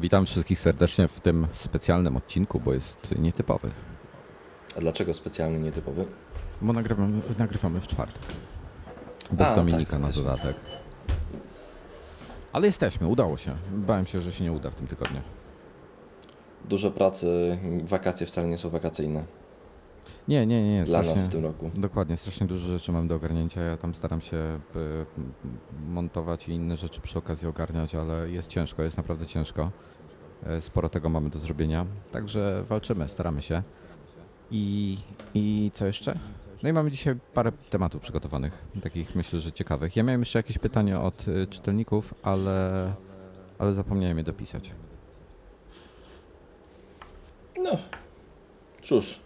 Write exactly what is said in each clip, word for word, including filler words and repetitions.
Witam wszystkich serdecznie w tym specjalnym odcinku, bo jest nietypowy. A dlaczego specjalny, nietypowy? Bo nagrywamy, nagrywamy w czwartek. Bez A, Dominika tak, na też. dodatek. Ale jesteśmy, udało się. Bałem się, że się nie uda w tym tygodniu. Dużo pracy, wakacje wcale nie są wakacyjne Nie, nie, nie. dla Strasznie, nas w tym roku. dokładnie, strasznie dużo rzeczy mam do ogarnięcia. Ja tam staram się y, montować i inne rzeczy przy okazji ogarniać, ale jest ciężko, jest naprawdę ciężko. Y, Sporo tego mamy do zrobienia. Także walczymy, staramy się. I, I co jeszcze? No i mamy dzisiaj parę tematów przygotowanych, takich myślę, że ciekawych. Ja miałem jeszcze jakieś pytania od y, czytelników, ale, ale zapomniałem je dopisać. No, cóż,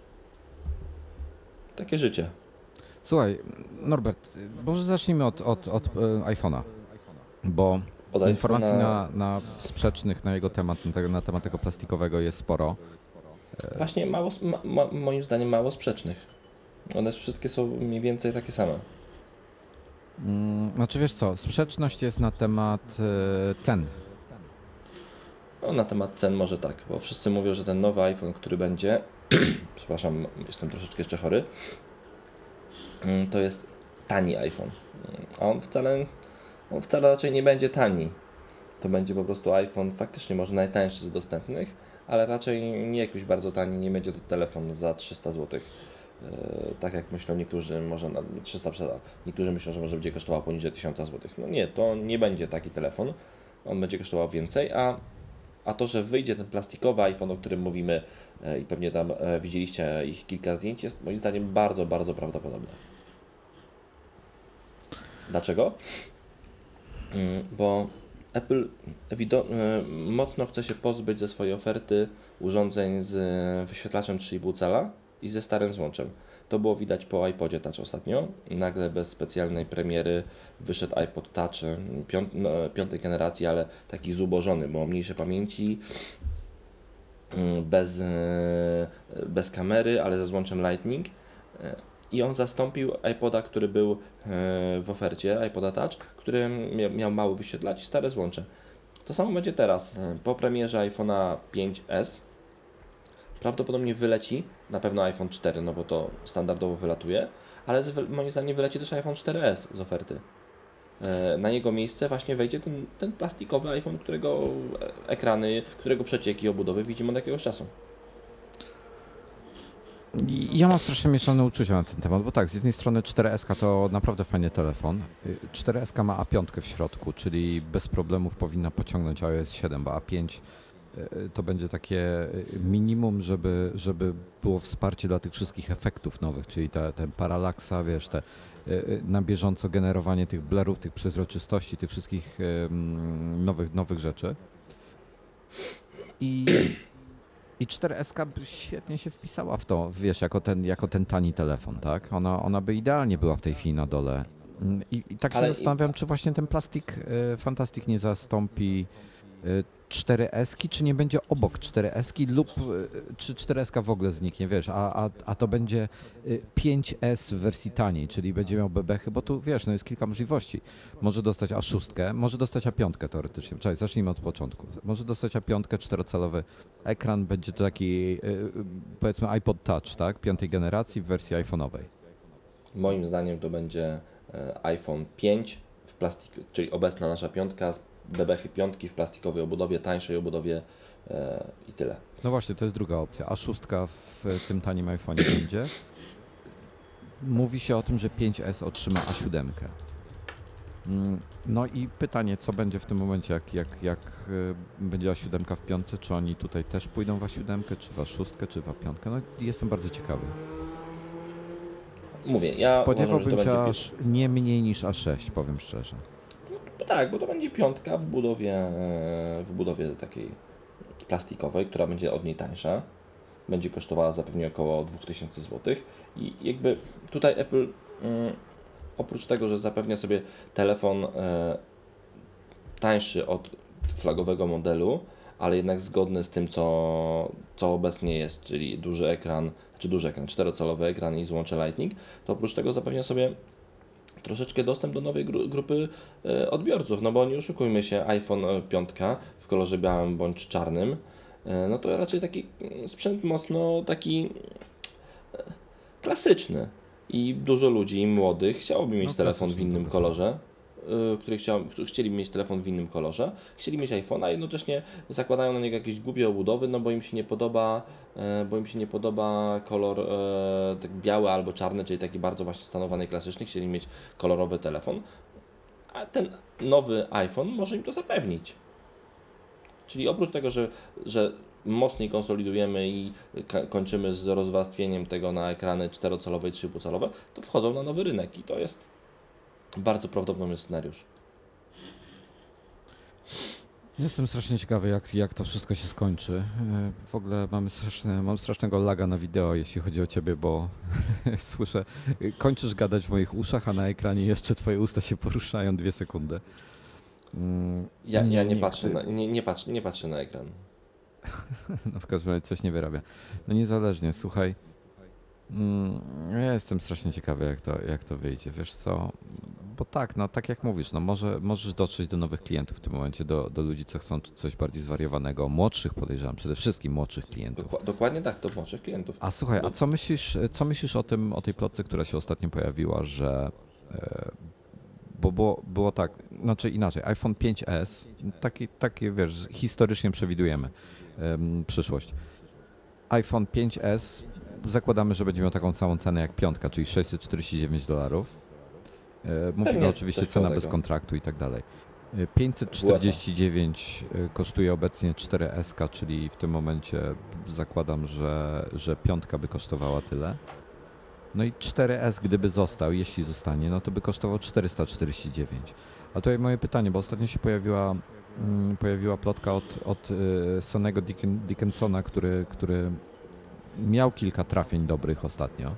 takie życie. Słuchaj, Norbert, y, może zacznijmy od, od, od y, iPhone'a, bo Od informacji iPhone'a- na, na sprzecznych na jego temat, na, tego, na temat tego plastikowego jest sporo. Właśnie mało, ma, ma, moim zdaniem mało sprzecznych. One wszystkie są mniej więcej takie same. Mm, Znaczy wiesz co, sprzeczność jest na temat y, cen. No, na temat cen może tak, bo wszyscy mówią, że ten nowy iPhone, który będzie, przepraszam, jestem troszeczkę jeszcze chory, mm, to jest tani iPhone. Mm, A on wcale, on wcale raczej nie będzie tani. To będzie po prostu iPhone faktycznie może najtańszy z dostępnych, ale raczej nie jakiś bardzo tani, nie będzie to telefon za trzysta złotych. Yy, tak jak myślą niektórzy, może na trzysta przesada. Niektórzy myślą, że może będzie kosztował poniżej tysiąc złotych. No nie, to nie będzie taki telefon. On będzie kosztował więcej, a, a to, że wyjdzie ten plastikowy iPhone, o którym mówimy yy, i pewnie tam yy, widzieliście ich kilka zdjęć, jest moim zdaniem bardzo, bardzo prawdopodobne. Dlaczego? Yy, bo Apple wido- yy, mocno chce się pozbyć ze swojej oferty urządzeń z yy, wyświetlaczem trzy i pół cala i ze starym złączem. To było widać po iPodzie Touch ostatnio. Nagle bez specjalnej premiery wyszedł iPod Touch yy, piąt- no, piątej generacji, ale taki zubożony, bo mniejsze pamięci, yy, bez, yy, bez kamery, ale ze złączem Lightning. Yy, I on zastąpił iPoda, który był yy, w ofercie, iPoda Touch, który mia- miał mały wyświetlacz i stare złącze. To samo będzie teraz. Yy, Po premierze iPhone'a pięć S prawdopodobnie wyleci, na pewno iPhone cztery, no bo to standardowo wylatuje, ale z, moim zdaniem wyleci też iPhone cztery S z oferty. Yy, Na jego miejsce właśnie wejdzie ten, ten plastikowy iPhone, którego e, ekrany, którego przecieki obudowy widzimy od jakiegoś czasu. I Ja mam strasznie mieszane uczucia na ten temat, bo tak, z jednej strony cztery S to naprawdę fajny telefon. Y, cztery S ma A pięć w środku, czyli bez problemów powinna pociągnąć iOS siedem, bo A pięć y, to będzie takie y, minimum, żeby, żeby było wsparcie dla tych wszystkich efektów nowych, czyli te, ten paralaksa, wiesz, te y, y, na bieżąco generowanie tych blerów, tych przezroczystości, tych wszystkich y, mm, nowych, nowych rzeczy. I I cztery S by świetnie się wpisała w to, wiesz, jako ten, jako ten tani telefon, tak? Ona, ona by idealnie była w tej chwili na dole. Mm, I, i tak się Ale i- zastanawiam, czy właśnie ten plastik y, Fantastic nie zastąpi y, cztery S, czy nie będzie obok cztery S lub y, czy cztery S w ogóle zniknie, wiesz, a, a, a to będzie y, pięć S w wersji taniej, czyli będzie miał bebechy, bo tu wiesz, no jest kilka możliwości. Może dostać A sześć, może dostać A pięć teoretycznie. Czekaj, zacznijmy od początku. Może dostać A pięć, czterocalowy ekran, będzie to taki y, y, powiedzmy iPod Touch, tak, piątej generacji w wersji iPhone'owej. Moim zdaniem to będzie e, iPhone pięć w plastiku, czyli obecna nasza piątka z bebechy piątki w plastikowej obudowie, tańszej obudowie e, i tyle. No właśnie, to jest druga opcja. A sześć w tym tanim iPhone'ie będzie. Mówi się o tym, że pięć S otrzyma A siedem. Mm, No i pytanie, co będzie w tym momencie, jak, jak, jak y, będzie A siedem w piątce, czy oni tutaj też pójdą w A siedem, czy w A sześć, czy w A pięć? No jestem bardzo ciekawy. Mówię, ja uważam, że to Spodziewałbym się będzie aż nie mniej niż A sześć, powiem szczerze. pi- tak, bo to będzie piątka w budowie, e, w budowie takiej plastikowej, która będzie od niej tańsza. Będzie kosztowała zapewne około dwa tysiące złotych i jakby tutaj Apple mm, oprócz tego, że zapewnia sobie telefon e, tańszy od flagowego modelu, ale jednak zgodny z tym, co, co obecnie jest, czyli duży ekran, czy duży ekran, czterocalowy ekran i złącze Lightning, to oprócz tego zapewnia sobie troszeczkę dostęp do nowej gru grupy e, odbiorców, no bo nie oszukujmy się, iPhone pięć w kolorze białym bądź czarnym, e, no to raczej taki sprzęt mocno taki e, klasyczny i dużo ludzi młodych chciałoby mieć No, telefon w innym to kolorze, którzy chcieli mieć telefon w innym kolorze, chcieli mieć iPhone'a, a jednocześnie zakładają na niego jakieś głupie obudowy, no bo im się nie podoba, bo im się nie podoba kolor e, tak biały albo czarny, czyli taki bardzo właśnie stanowany i klasyczny, chcieli mieć kolorowy telefon, a ten nowy iPhone może im to zapewnić. Czyli oprócz tego, że, że mocniej konsolidujemy i kończymy z rozwarstwieniem tego na ekrany czterocalowe i trzypółcalowe, to wchodzą na nowy rynek i to jest bardzo prawdopodobny scenariusz. Jestem strasznie ciekawy, jak, jak to wszystko się skończy. W ogóle mamy straszne, mam strasznego laga na wideo, jeśli chodzi o ciebie, bo słyszę, kończysz gadać w moich uszach, a na ekranie jeszcze twoje usta się poruszają dwie sekundy. Ja, ja nie, patrzę na, nie, nie, patrzę, nie patrzę na ekran. No w każdym razie coś nie wyrabia. No niezależnie, słuchaj, ja jestem strasznie ciekawy, jak to, jak to wyjdzie, wiesz co, bo tak, no tak jak mówisz, no może, możesz dotrzeć do nowych klientów w tym momencie, do, do ludzi, co chcą coś bardziej zwariowanego, młodszych podejrzewam, przede wszystkim młodszych klientów. Dok- dokładnie tak, do młodszych klientów. A słuchaj, a co myślisz, co myślisz o tym, o tej plotce, która się ostatnio pojawiła, że, bo było, było tak, znaczy inaczej, iPhone pięć S, taki, taki wiesz, historycznie przewidujemy um, przyszłość. iPhone pięć S zakładamy, że będzie miał taką samą cenę jak piątka, czyli sześćset czterdzieści dziewięć dolarów. Mówimy Pewnie oczywiście cena bez kontraktu i tak dalej. pięćset czterdzieści dziewięć kosztuje obecnie cztery S, czyli w tym momencie zakładam, że, że piątka by kosztowała tyle. No i cztery S gdyby został, jeśli zostanie, no to by kosztował czterysta czterdzieści dziewięć. A tutaj moje pytanie, bo ostatnio się pojawiła, pojawiła plotka od, od Sonny'ego Dickensona, który, który miał kilka trafień dobrych ostatnio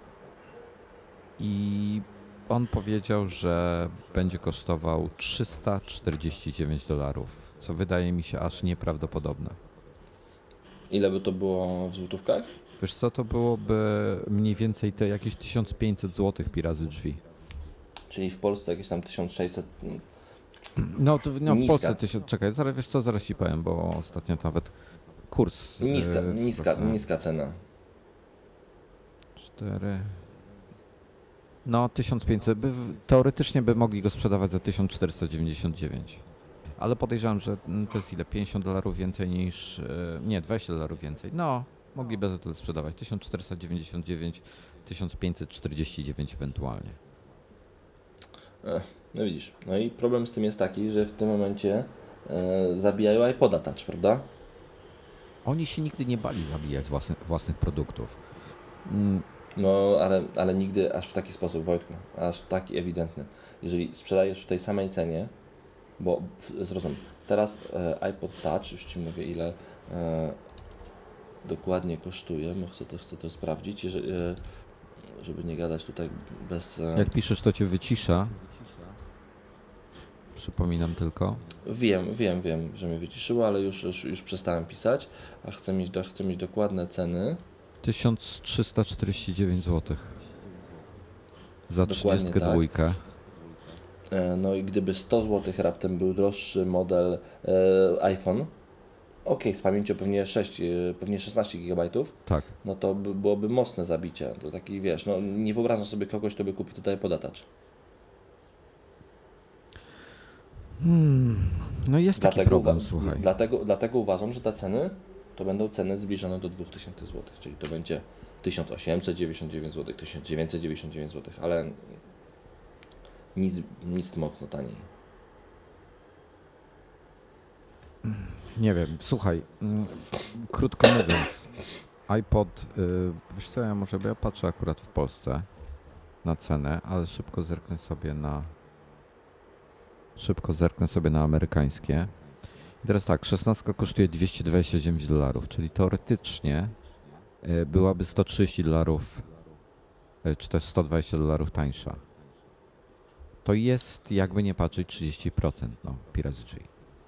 i on powiedział, że będzie kosztował trzysta czterdzieści dziewięć dolarów, co wydaje mi się aż nieprawdopodobne. Ile by to było w złotówkach? Wiesz co, to byłoby mniej więcej te jakieś tysiąc pięćset złotych pi razy drzwi. Czyli w Polsce jakieś tam tysiąc sześćset. No, to, no w Polsce tysiąc, czekaj, zaraz, wiesz co, zaraz ci powiem, bo ostatnio nawet kurs... Niska, yy, niska, niska cena. cztery... No, tysiąc pięćset, by, teoretycznie by mogli go sprzedawać za tysiąc czterysta dziewięćdziesiąt dziewięć. Ale podejrzewam, że to jest ile? pięćdziesiąt dolarów więcej niż... Nie, dwadzieścia dolarów więcej. No, mogliby za tyle sprzedawać. tysiąc czterysta dziewięćdziesiąt dziewięć, tysiąc pięćset czterdzieści dziewięć ewentualnie. Ech, no widzisz. No i problem z tym jest taki, że w tym momencie e, zabijają iPoda Touch, prawda? Oni się nigdy nie bali zabijać własnych, własnych produktów. Mm. No, ale, ale nigdy aż w taki sposób, Wojtku, aż taki ewidentny. Jeżeli sprzedajesz w tej samej cenie, bo zrozum, teraz e, iPod Touch, już Ci mówię ile e, dokładnie kosztuje, bo chcę to, chcę to sprawdzić, jeżeli, e, żeby nie gadać tutaj bez... E... Jak piszesz, to Cię wycisza. Przypominam tylko. Wiem, wiem, wiem, że mnie wyciszyło, ale już, już, już przestałem pisać, a chcę mieć, do, chcę mieć dokładne ceny. tysiąc trzysta czterdzieści dziewięć złotych za trzydziestkę dwójkę. Tak. No i gdyby sto złotych raptem był droższy model e, iPhone, ok, z pamięcią pewnie sześć, pewnie szesnaście gigabajtów, tak. No to by, byłoby mocne zabicie. To taki, wiesz, no nie wyobrażam sobie kogoś, kto by kupił tutaj podatacz. Hmm. No jest taki dlatego problem, uwa- słuchaj. Dlatego, dlatego uważam, że te ceny to będą ceny zbliżone do dwa tysiące złotych, czyli to będzie tysiąc osiemset dziewięćdziesiąt dziewięć złotych, tysiąc dziewięćset dziewięćdziesiąt dziewięć złotych, ale nic, nic mocno taniej. Nie wiem, słuchaj, krótko mówiąc, iPod, wiesz co, ja może, bo ja patrzę akurat w Polsce na cenę, ale szybko zerknę sobie na szybko zerknę sobie na amerykańskie. I teraz tak, szesnastka kosztuje dwieście dwadzieścia dziewięć dolarów, czyli teoretycznie byłaby sto trzydzieści dolarów, czy też sto dwadzieścia dolarów tańsza. To jest, jakby nie patrzeć, trzydzieści procent, no, pi razy drzwi.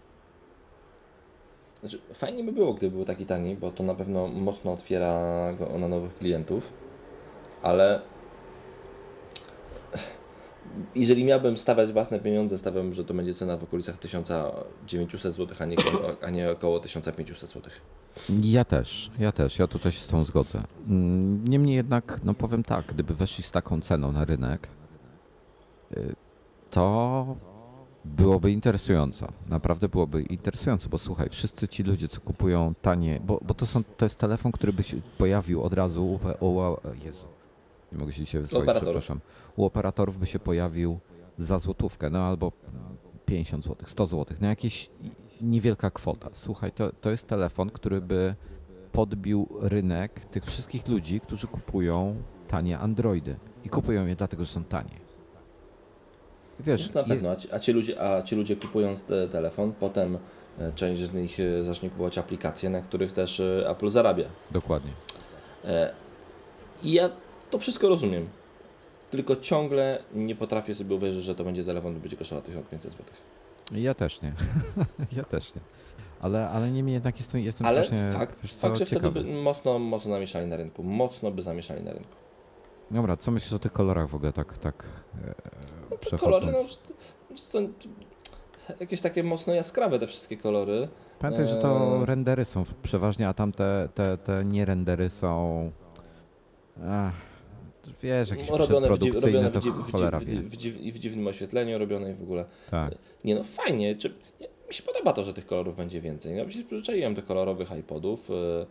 Znaczy, fajnie by było, gdyby był taki tani, bo to na pewno mocno otwiera go na nowych klientów, ale jeżeli miałbym stawiać własne pieniądze, stawiałbym, że to będzie cena w okolicach tysiąc dziewięćset złotych, a nie, a nie około tysiąc pięćset złotych. Ja też, ja też, ja tutaj się z tą zgodzę. Mm, Niemniej jednak, no powiem tak, gdyby weszli z taką ceną na rynek, y, to byłoby interesująco. Naprawdę byłoby interesująco, bo słuchaj, wszyscy ci ludzie, co kupują tanie, bo, bo to, są, to jest telefon, który by się pojawił od razu u, u, u Jezu, nie mogę się dzisiaj wysłowić, przepraszam. U operatorów by się pojawił za złotówkę, no albo pięćdziesiąt złotych, sto złotych, no jakieś niewielka kwota. Słuchaj, to, to jest telefon, który by podbił rynek tych wszystkich ludzi, którzy kupują tanie Androidy i kupują je dlatego, że są tanie. Wiesz, no, na pewno, je... a, ci ludzie, a ci ludzie kupując te, telefon, potem część z nich zacznie kupować aplikacje, na których też Apple zarabia. Dokładnie. I ja to wszystko rozumiem, tylko ciągle nie potrafię sobie uwierzyć, że to będzie telefon, który będzie kosztował tysiąc pięćset złotych. Ja też nie, ja też nie. Ale, ale niemniej jednak jestem, jestem ale strasznie fakt, wiesz, fakt że ciekawy. wtedy by mocno, mocno namieszali na rynku, mocno by zamieszali na rynku. Dobra, co myślisz o tych kolorach w ogóle tak, tak e, no przechodząc? Kolory, no, to jakieś takie mocno jaskrawe te wszystkie kolory. Pamiętaj, że to rendery są przeważnie, a tam te, te, te nie rendery są, ach, wiesz, jakieś no, przedprodukcyjne, to w, cholera w, wie. w, w, w dziwnym oświetleniu robione i w ogóle. Tak. Nie no, fajnie. Czy, mi się podoba to, że tych kolorów będzie więcej. Ja się przyzwyczaiłem do kolorowych iPodów.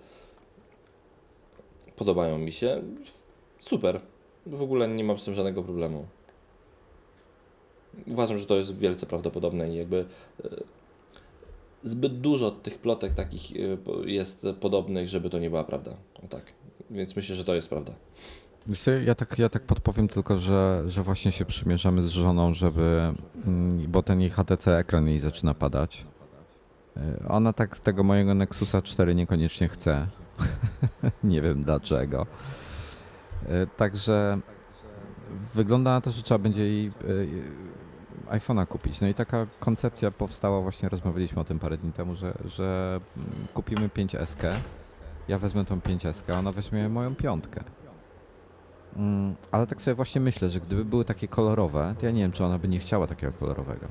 Podobają mi się. Super. W ogóle nie mam z tym żadnego problemu. Uważam, że to jest wielce prawdopodobne i jakby zbyt dużo tych plotek takich jest podobnych, żeby to nie była prawda. O tak. Więc myślę, że to jest prawda. Ja tak, ja tak podpowiem tylko, że, że właśnie się przymierzamy z żoną, żeby, bo ten jej H T C ekran jej zaczyna padać. Ona tak tego mojego Nexusa cztery niekoniecznie chce. Nie wiem dlaczego. Także wygląda na to, że trzeba będzie jej iPhone'a kupić. No i taka koncepcja powstała, właśnie rozmawialiśmy o tym parę dni temu, że, że kupimy pięć S, ja wezmę tą pięć S, ona weźmie moją piątkę. Mm, ale tak sobie właśnie myślę, że gdyby były takie kolorowe, to ja nie wiem, czy ona by nie chciała takiego kolorowego.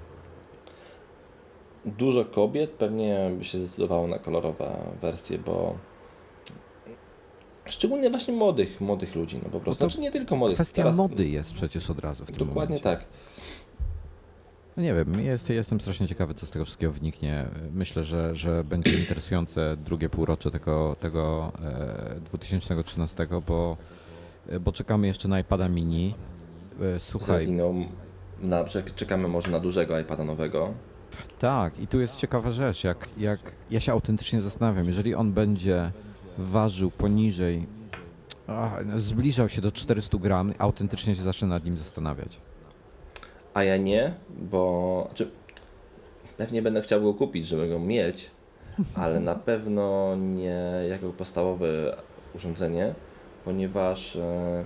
Dużo kobiet pewnie by się zdecydowało na kolorowe wersje, bo szczególnie właśnie młodych, młodych ludzi, no po prostu. Znaczy nie tylko młodych. Kwestia Teraz mody jest przecież od razu w tym dokładnie momencie. tak. No nie wiem, jest, jestem strasznie ciekawy, co z tego wszystkiego wyniknie. Myślę, że, że będzie interesujące drugie półrocze tego, tego e, dwa tysiące trzynastego, bo, bo czekamy jeszcze na iPada mini. E, słuchaj. Zretiną, na, czekamy może na dużego iPada nowego. Tak, i tu jest ciekawa rzecz, jak, jak ja się autentycznie zastanawiam, jeżeli on będzie ważył poniżej, ach, zbliżał się do czterystu gram, autentycznie się zacznę nad nim zastanawiać. A ja nie, bo znaczy, pewnie będę chciał go kupić, żeby go mieć, ale na pewno nie jako podstawowe urządzenie, ponieważ e,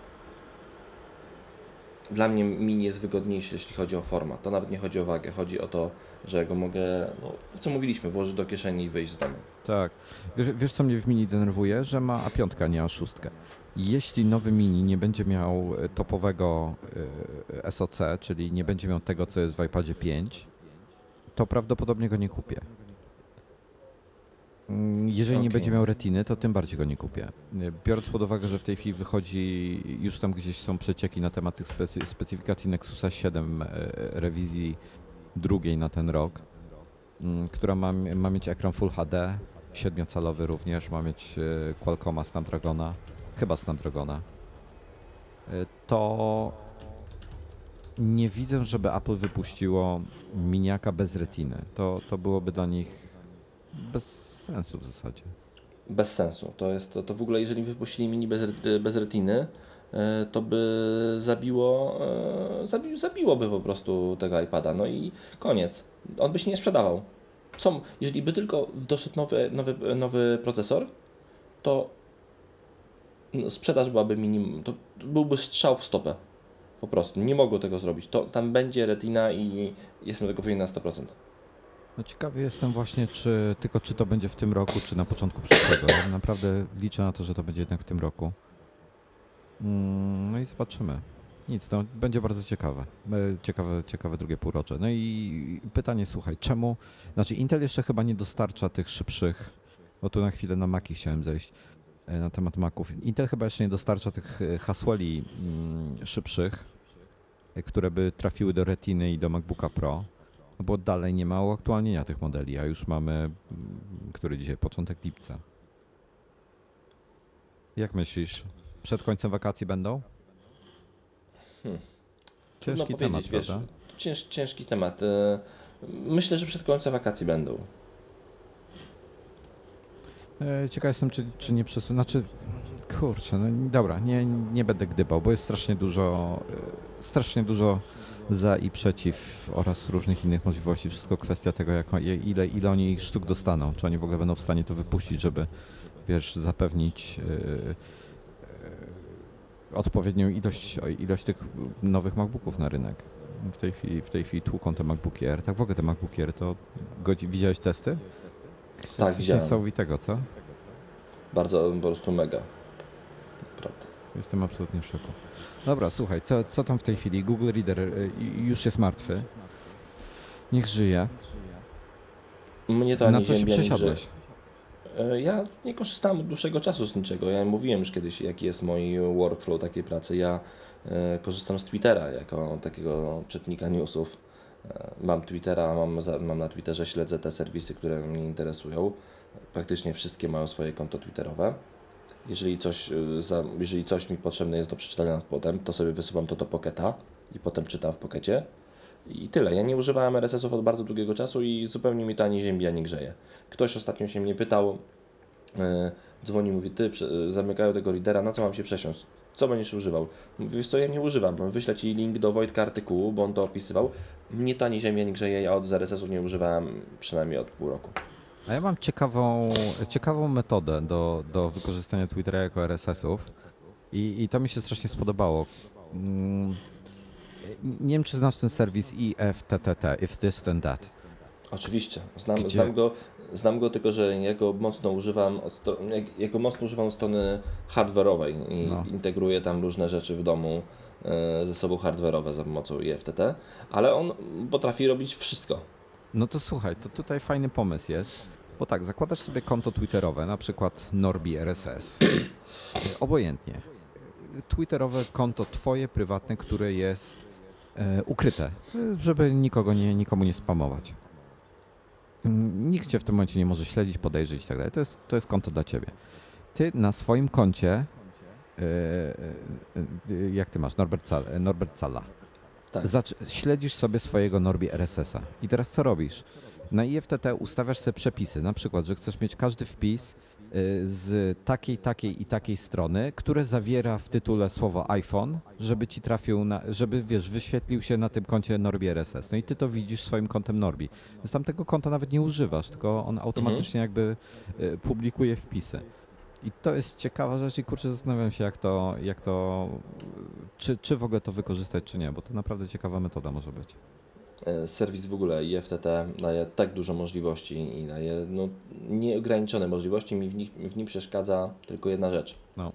dla mnie mini jest wygodniejszy, jeśli chodzi o format. To nawet nie chodzi o wagę, chodzi o to, że go mogę, no, co mówiliśmy, włożyć do kieszeni i wyjść z domu. Tak. Wiesz, wiesz co mnie w mini denerwuje? Że ma A pięć, nie A sześć. Jeśli nowy mini nie będzie miał topowego S O C, czyli nie będzie miał tego, co jest w iPadzie pięć, to prawdopodobnie go nie kupię. Jeżeli okay. nie będzie miał retiny, to tym bardziej go nie kupię. Biorąc pod uwagę, że w tej chwili wychodzi, już tam gdzieś są przecieki na temat tych specy, specyfikacji Nexusa siedem, rewizji drugiej na ten rok, która ma, ma mieć ekran Full H D, siedmiocalowy również, ma mieć Qualcomma Snapdragona, chyba Snapdragona, to nie widzę, żeby Apple wypuściło miniaka bez retiny. To, to byłoby dla nich bez sensu w zasadzie. Bez sensu. To jest to, to w ogóle, jeżeli wypuścili mini bez, bez retiny, to by zabiło, zabi, zabiłoby po prostu tego iPada. No i koniec. On by się nie sprzedawał. Co, jeżeli by tylko doszedł nowy, nowy, nowy procesor, to sprzedaż byłaby minimum, to byłby strzał w stopę. Po prostu. Nie mogło tego zrobić. To, tam będzie retina i jestem tego pewien na sto procent. No ciekawy jestem właśnie, czy tylko czy to będzie w tym roku, czy na początku przyszłego. Ja naprawdę liczę na to, że to będzie jednak w tym roku. No i zobaczymy. Nic, no będzie bardzo ciekawe. E, Ciekawe, ciekawe drugie półrocze. No i pytanie, słuchaj, czemu, znaczy Intel jeszcze chyba nie dostarcza tych szybszych, bo tu na chwilę na Maki chciałem zejść, e, na temat Maców. Intel chyba jeszcze nie dostarcza tych e, Haswelli mm, szybszych, e, które by trafiły do Retiny i do MacBooka Pro, no bo dalej nie ma uaktualnienia tych modeli, a już mamy, mm, który dzisiaj, początek lipca. Jak myślisz, przed końcem wakacji będą? Hmm. Trudno Ciężki powiedzieć, temat, wiesz, prawda? cięż, ciężki temat. E, Myślę, że przed końcem wakacji będą. E, Ciekaw jestem, czy, czy nie przesunę. Znaczy, kurczę, no dobra, nie, nie będę gdybał, bo jest strasznie dużo, e, strasznie dużo za i przeciw oraz różnych innych możliwości. Wszystko kwestia tego, jak, o- ile, ile oni ich sztuk dostaną. Czy oni w ogóle będą w stanie to wypuścić, żeby, wiesz, zapewnić e, e, odpowiednią ilość, ilość tych nowych MacBooków na rynek. W tej chwili, w tej chwili tłuką te MacBooki Air. Tak w ogóle te MacBooki Air, to godzi, widziałeś testy? Tak, Coś widziałem. niesamowitego, co? Bardzo po prostu mega. Prawda. Jestem absolutnie w szoku. Dobra, słuchaj, co, co tam w tej chwili? Google Reader y, już jest martwy. Niech żyje. Mnie to Na ani co się ziemia, ani przesiadłeś? grze. E, Ja nie korzystałem od dłuższego czasu z niczego. Ja mówiłem już kiedyś, jaki jest mój workflow takiej pracy. Ja e, korzystam z Twittera jako takiego czytnika newsów. E, mam Twittera, mam, za- mam na Twitterze, śledzę te serwisy, które mnie interesują. Praktycznie wszystkie mają swoje konto twitterowe. Jeżeli coś, e, za, jeżeli coś mi potrzebne jest do przeczytania potem, to sobie wysyłam to do Pocketa i potem czytam w Pockecie. I tyle. Ja nie używałem R S S-ów od bardzo długiego czasu i zupełnie mi to ani ziemi, ani grzeje. Ktoś ostatnio się mnie pytał, e, dzwoni, mówi, ty prze- zamykają tego readera, na co mam się przesiąść? Co będziesz używał? Mówię, wiesz co, ja nie używam. Wyślę Ci link do Wojtka artykułu, bo on to opisywał. Mnie to ani ziemi, ani grzeje. Ja od R S S-ów nie używałem przynajmniej od pół roku. A ja mam ciekawą, ciekawą metodę do, do wykorzystania Twittera jako R S S-ów i, i to mi się strasznie spodobało. Mm, Nie wiem, czy znasz ten serwis I F T T T, If This Then That. Oczywiście, znam, Gdzie? znam, go, znam go, tylko że ja go mocno używam od stro, ja- ja go mocno używam od strony hardware'owej i No. integruję tam różne rzeczy w domu e, ze sobą hardware'owe za pomocą I F T T, ale on potrafi robić wszystko. No to słuchaj, to tutaj fajny pomysł jest, bo tak, zakładasz sobie konto twitterowe, na przykład Norbi R S S, obojętnie. Twitterowe konto twoje, prywatne, które jest e, ukryte, e, żeby nikogo nie, nikomu nie spamować. Mm, Nikt cię w tym momencie nie może śledzić, podejrzeć i tak dalej. To jest, to jest konto dla ciebie. Ty na swoim koncie, e, e, e, jak ty masz, Norbert, Cal, Norbert Calla, Tak. Zac- śledzisz sobie swojego Norbi R S S-a. I teraz co robisz? Na I F T T ustawiasz sobie przepisy, na przykład, że chcesz mieć każdy wpis y, z takiej, takiej i takiej strony, które zawiera w tytule słowo iPhone, żeby ci trafił, na, żeby wiesz, wyświetlił się na tym koncie Norbi R S S. No i ty to widzisz swoim kontem Norbi. Więc tam tego konta nawet nie używasz, tylko on automatycznie jakby y, publikuje wpisy. I to jest ciekawa rzecz i kurczę zastanawiam się jak to, jak to czy, czy w ogóle to wykorzystać, czy nie, bo to naprawdę ciekawa metoda może być. E, Serwis w ogóle I F T T daje tak dużo możliwości i daje no, nieograniczone możliwości. Mi w, nich, w nim przeszkadza tylko jedna rzecz, No.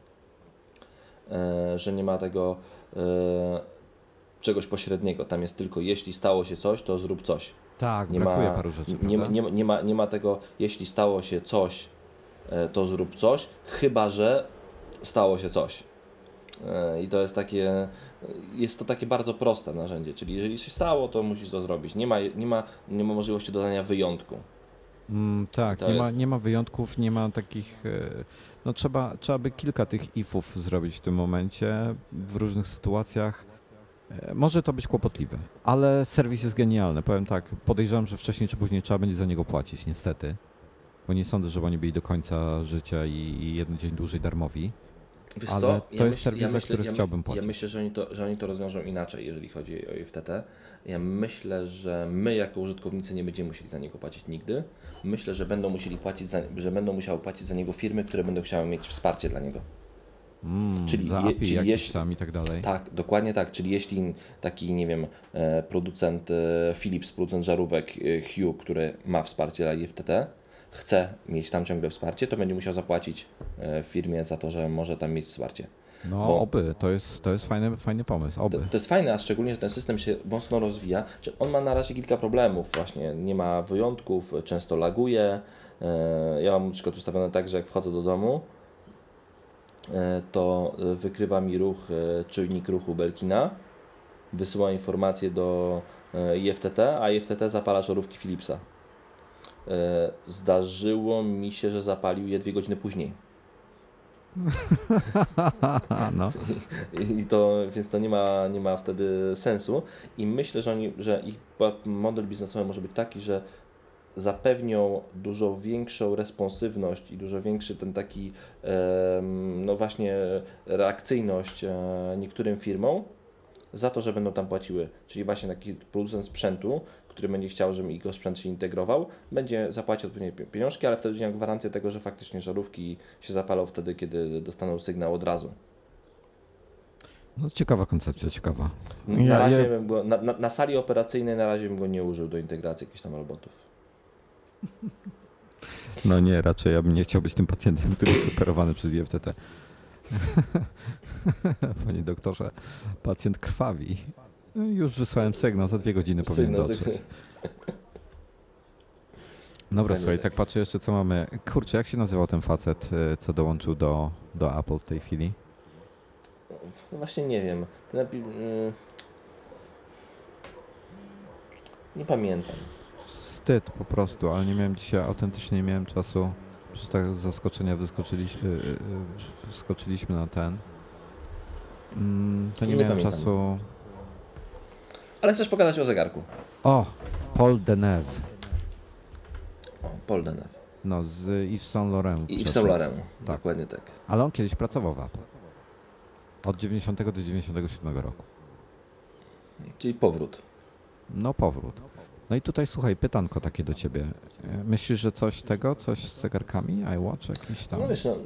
e, że nie ma tego e, czegoś pośredniego. Tam jest tylko jeśli stało się coś, to zrób coś. Tak, Nie brakuje ma, paru rzeczy, nie, ma, prawda? nie, ma, nie, ma, nie ma tego, jeśli stało się coś, e, to zrób coś, chyba że stało się coś. E, I to jest takie, jest to takie bardzo proste narzędzie, czyli jeżeli się stało, to musisz to zrobić. Nie ma, nie ma, nie ma możliwości dodania wyjątku. Mm, tak, To nie ma, jest- nie ma wyjątków, nie ma takich, e, no trzeba, trzeba by kilka tych ifów zrobić w tym momencie, w różnych sytuacjach. E, Może to być kłopotliwe, ale serwis jest genialny, powiem tak, podejrzewam, że wcześniej czy później trzeba będzie za niego płacić, niestety, bo nie sądzę, żeby oni byli do końca życia i, i jeden dzień dłużej darmowi. Wiesz Ale co? to jest serwis, za który ja, my- chciałbym Ja płacić. myślę, że oni, to, że oni to rozwiążą inaczej, jeżeli chodzi o I F T T. Ja myślę, że my jako użytkownicy nie będziemy musieli za niego płacić nigdy. Myślę, że będą musieli płacić za, że będą musiały płacić za niego firmy, które będą chciały mieć wsparcie dla niego. Mm, czyli za je- A P I czyli jakieś jeśli- tam i tak dalej. Tak, dokładnie tak. Czyli jeśli taki, nie wiem, e, producent e, Philips, producent żarówek e, Hue, który ma wsparcie dla I F T T, chce mieć tam ciągle wsparcie, to będzie musiał zapłacić e, firmie za to, że może tam mieć wsparcie. No Bo oby, to jest, to jest fajny, fajny pomysł, to, oby. to jest fajne, a szczególnie, że ten system się mocno rozwija. Czy on ma na razie kilka problemów właśnie, nie ma wyjątków, często laguje. E, Ja mam na przykład ustawione tak, że jak wchodzę do domu, e, to e, wykrywa mi ruch, e, czujnik ruchu Belkina, wysyła informację do e, I F T T, a I F T T zapala żarówki Philipsa. E, Zdarzyło mi się, że zapalił je dwie godziny później. No. I to, więc to nie ma, nie ma wtedy sensu. I myślę, że, oni, że ich model biznesowy może być taki, że zapewnią dużo większą responsywność i dużo większy ten taki, em, no właśnie, reakcyjność e, niektórym firmom za to, że będą tam płaciły. Czyli właśnie taki producent sprzętu, który będzie chciał, żeby jego sprzęt się integrował, będzie zapłacił odpowiednie pieniążki, ale wtedy będzie miał gwarancję tego, że faktycznie żarówki się zapalą wtedy, kiedy dostaną sygnał od razu. No, ciekawa koncepcja, ciekawa. Na, Ja- razie ja- bym go, na, na, na sali operacyjnej na razie bym go nie użył do integracji jakichś tam robotów. No nie, raczej ja bym nie chciał być tym pacjentem, który jest operowany przez I F T T. Panie doktorze, pacjent krwawi. No i już wysłałem sygnał, za dwie godziny powinien Sygnał, dotrzeć. sygnał. Dobra, Dokładnie słuchaj, tak. tak patrzę jeszcze co mamy. Kurczę, jak się nazywał ten facet, y, co dołączył do, do Apple w tej chwili? No właśnie nie wiem. Ten napi- y- nie pamiętam. Wstyd po prostu, ale nie miałem dzisiaj, autentycznie nie miałem czasu. Przecież tak z zaskoczenia wyskoczyliśmy, y, y, y, wskoczyliśmy na ten. Mm, to nie, Nie miałem pamiętam. czasu. Ale chcesz pogadać o zegarku? O, Paul Deneuve. O, Paul Deneuve. No, z Yves Saint Laurent. I Yves przeszedł. Saint Laurent. Tak. Dokładnie tak. Ale on kiedyś pracował w Apple. Od dziewięćdziesiątego do dziewięćdziesiątego siódmego roku. Czyli powrót. No, powrót. No i tutaj słuchaj, pytanko takie do ciebie. E, Myślisz, że coś tego, coś z zegarkami, iWatch jakiś tam? No wiesz, no,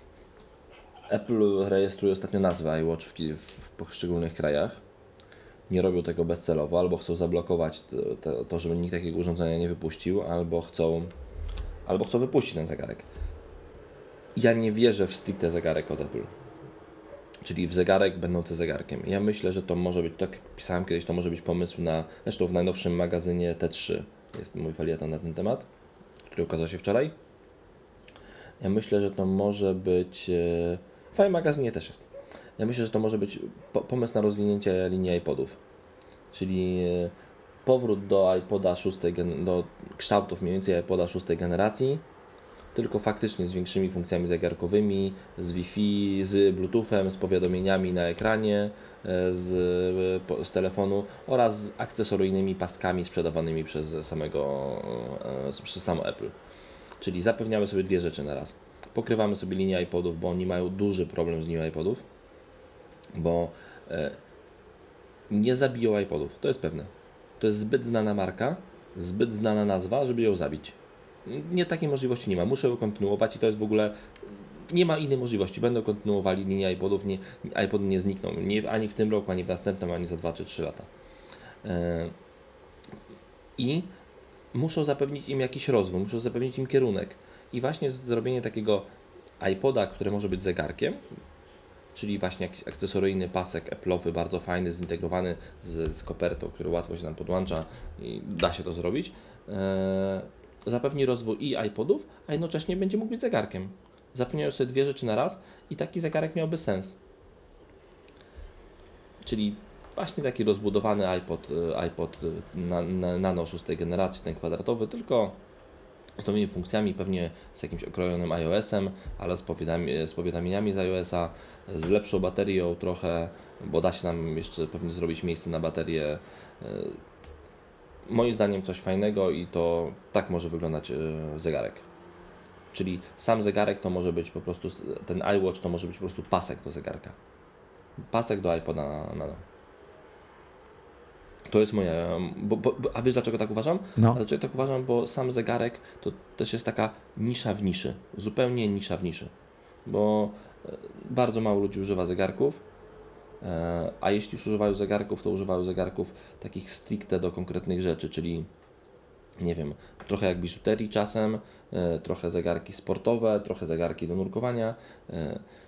Apple rejestruje ostatnio nazwę iWatch w, ki- w poszczególnych krajach. Nie robią tego bezcelowo, albo chcą zablokować to, to, to, żeby nikt takiego urządzenia nie wypuścił, albo chcą, albo chcą wypuścić ten zegarek. Ja nie wierzę w stricte zegarek od Apple. Czyli w zegarek będący zegarkiem. Ja myślę, że to może być, tak jak pisałem kiedyś, to może być pomysł na, zresztą w najnowszym magazynie T trzy jest mój felieton na ten temat, który ukazał się wczoraj. Ja myślę, że to może być, e, w moim magazynie też jest. Ja myślę, że to może być po, pomysł na rozwinięcie linii iPodów. Czyli e, powrót do iPoda szóstej, gen- do kształtów mniej więcej iPoda szóstej generacji, tylko faktycznie z większymi funkcjami zegarkowymi, z Wi-Fi, z Bluetoothem, z powiadomieniami na ekranie, e, z, e, po- z telefonu oraz z akcesoryjnymi pastkami sprzedawanymi przez samego, e, przez samo Apple. Czyli zapewniamy sobie dwie rzeczy na raz. Pokrywamy sobie linię iPodów, bo oni mają duży problem z linią iPodów, bo e, nie zabiją iPodów, to jest pewne. To jest zbyt znana marka, zbyt znana nazwa, żeby ją zabić. Nie, takiej możliwości nie ma. Muszę ją kontynuować i to jest w ogóle, nie ma innej możliwości. Będą kontynuowali linię iPodów, nie, iPod nie znikną. Nie, ani w tym roku, ani w następnym, ani za dwa czy trzy lata. E, I muszą zapewnić im jakiś rozwój, muszą zapewnić im kierunek. I właśnie zrobienie takiego iPoda, który może być zegarkiem, czyli właśnie jakiś akcesoryjny pasek Apple'owy, bardzo fajny, zintegrowany z, z kopertą, który łatwo się nam podłącza i da się to zrobić, e, zapewni rozwój i iPodów, a jednocześnie będzie mógł być zegarkiem. Zapewniają sobie dwie rzeczy na raz i taki zegarek miałby sens. Czyli właśnie taki rozbudowany iPod, e, iPod na, na, Nano szóstej generacji, ten kwadratowy, tylko z nowymi funkcjami, pewnie z jakimś okrojonym iOS-em, ale z, powiadami, z powiadomieniami z iOS-a, z lepszą baterią trochę, bo da się nam jeszcze pewnie zrobić miejsce na baterię. Moim zdaniem coś fajnego i to tak może wyglądać zegarek. Czyli sam zegarek to może być po prostu, ten iWatch to może być po prostu pasek do zegarka. Pasek do iPoda Nano. To jest moje. Bo, bo, a wiesz dlaczego tak uważam? No. Dlaczego tak uważam? Bo sam zegarek to też jest taka nisza w niszy. Zupełnie nisza w niszy. Bo bardzo mało ludzi używa zegarków. A jeśli już używają zegarków, to używają zegarków takich stricte do konkretnych rzeczy, czyli nie wiem, trochę jak biżuterii czasem, trochę zegarki sportowe, trochę zegarki do nurkowania.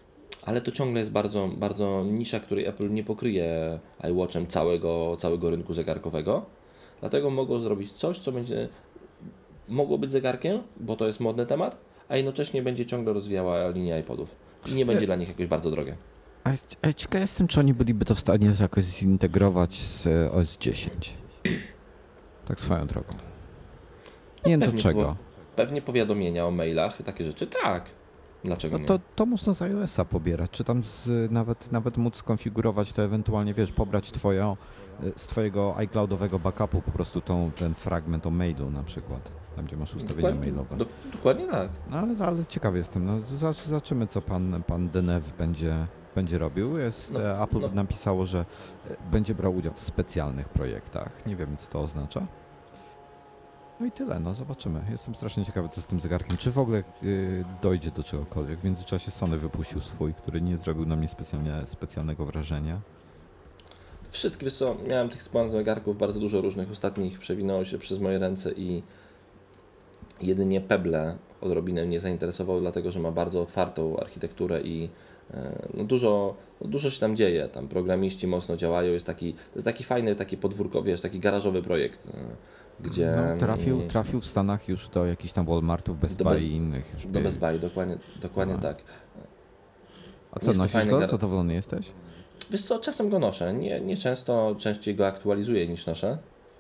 ale to ciągle jest bardzo, bardzo nisza, której Apple nie pokryje iWatchem całego, całego rynku zegarkowego. Dlatego mogą zrobić coś, co będzie mogło być zegarkiem, bo to jest modny temat, a jednocześnie będzie ciągle rozwijała linię iPodów. I nie będzie dla nich jakoś bardzo drogie. A, a ciekaw jestem, czy oni byliby to w stanie jakoś zintegrować z O S dziesięć. Tak swoją drogą. Nie wiem do czego. Po, pewnie powiadomienia o mailach i takie rzeczy. Tak. Dlaczego no nie? To, to można z iOS-a pobierać, czy tam z, nawet, nawet móc skonfigurować to ewentualnie, wiesz, pobrać twoją, z twojego iCloudowego backupu po prostu tą, ten fragment o mailu na przykład, tam gdzie masz ustawienia dokładnie, mailowe. Do, dokładnie tak. No ale, ale ciekawy jestem, no zobaczymy co pan, pan Deneuve będzie, będzie robił. Jest, no, Apple no. napisało, że będzie brał udział w specjalnych projektach, nie wiem co to oznacza. No i tyle, no zobaczymy. Jestem strasznie ciekawy, co z tym zegarkiem. Czy w ogóle yy, dojdzie do czegokolwiek. W międzyczasie Sony wypuścił swój, który nie zrobił na mnie specjalnie, specjalnego wrażenia. Wszystkie, wiesz co, miałem tych spanych zegarków bardzo dużo różnych ostatnich, przewinęło się przez moje ręce i jedynie Pebble odrobinę mnie zainteresował, dlatego że ma bardzo otwartą architekturę i yy, no dużo, no dużo się tam dzieje. Tam programiści mocno działają, jest taki, to jest taki fajny, taki podwórko, wiesz, taki garażowy projekt. Yy. Gdzie, no, trafił, trafił w Stanach już do jakichś tam Walmartów, Best Buy i innych. Już do Best Buy, dokładnie, dokładnie tak. A co, nosisz go? Zadowolony jesteś? Wiesz co, czasem go noszę. Nie, nie często, częściej go aktualizuję niż noszę.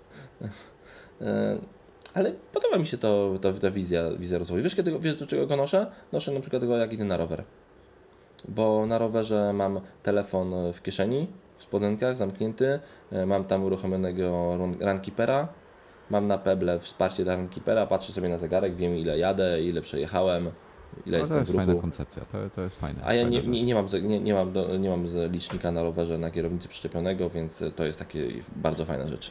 Ale podoba mi się to, to, ta wizja, wizja rozwoju. Wiesz, kiedy, wiesz, do czego go noszę? Noszę na przykład go jak idę na rower. Bo na rowerze mam telefon w kieszeni, w spodenkach, zamknięty. Mam tam uruchomionego Runkeepera. Mam na Pebble wsparcie dla Runkeepera, patrzę sobie na zegarek, wiem ile jadę, ile przejechałem, ile no, jestem to jest w ruchu. Fajna koncepcja, to, to jest fajne. A ja nie, nie, nie, mam, nie, nie, mam do, nie mam licznika na rowerze na kierownicy przyczepionego, więc to jest takie bardzo fajna rzecz.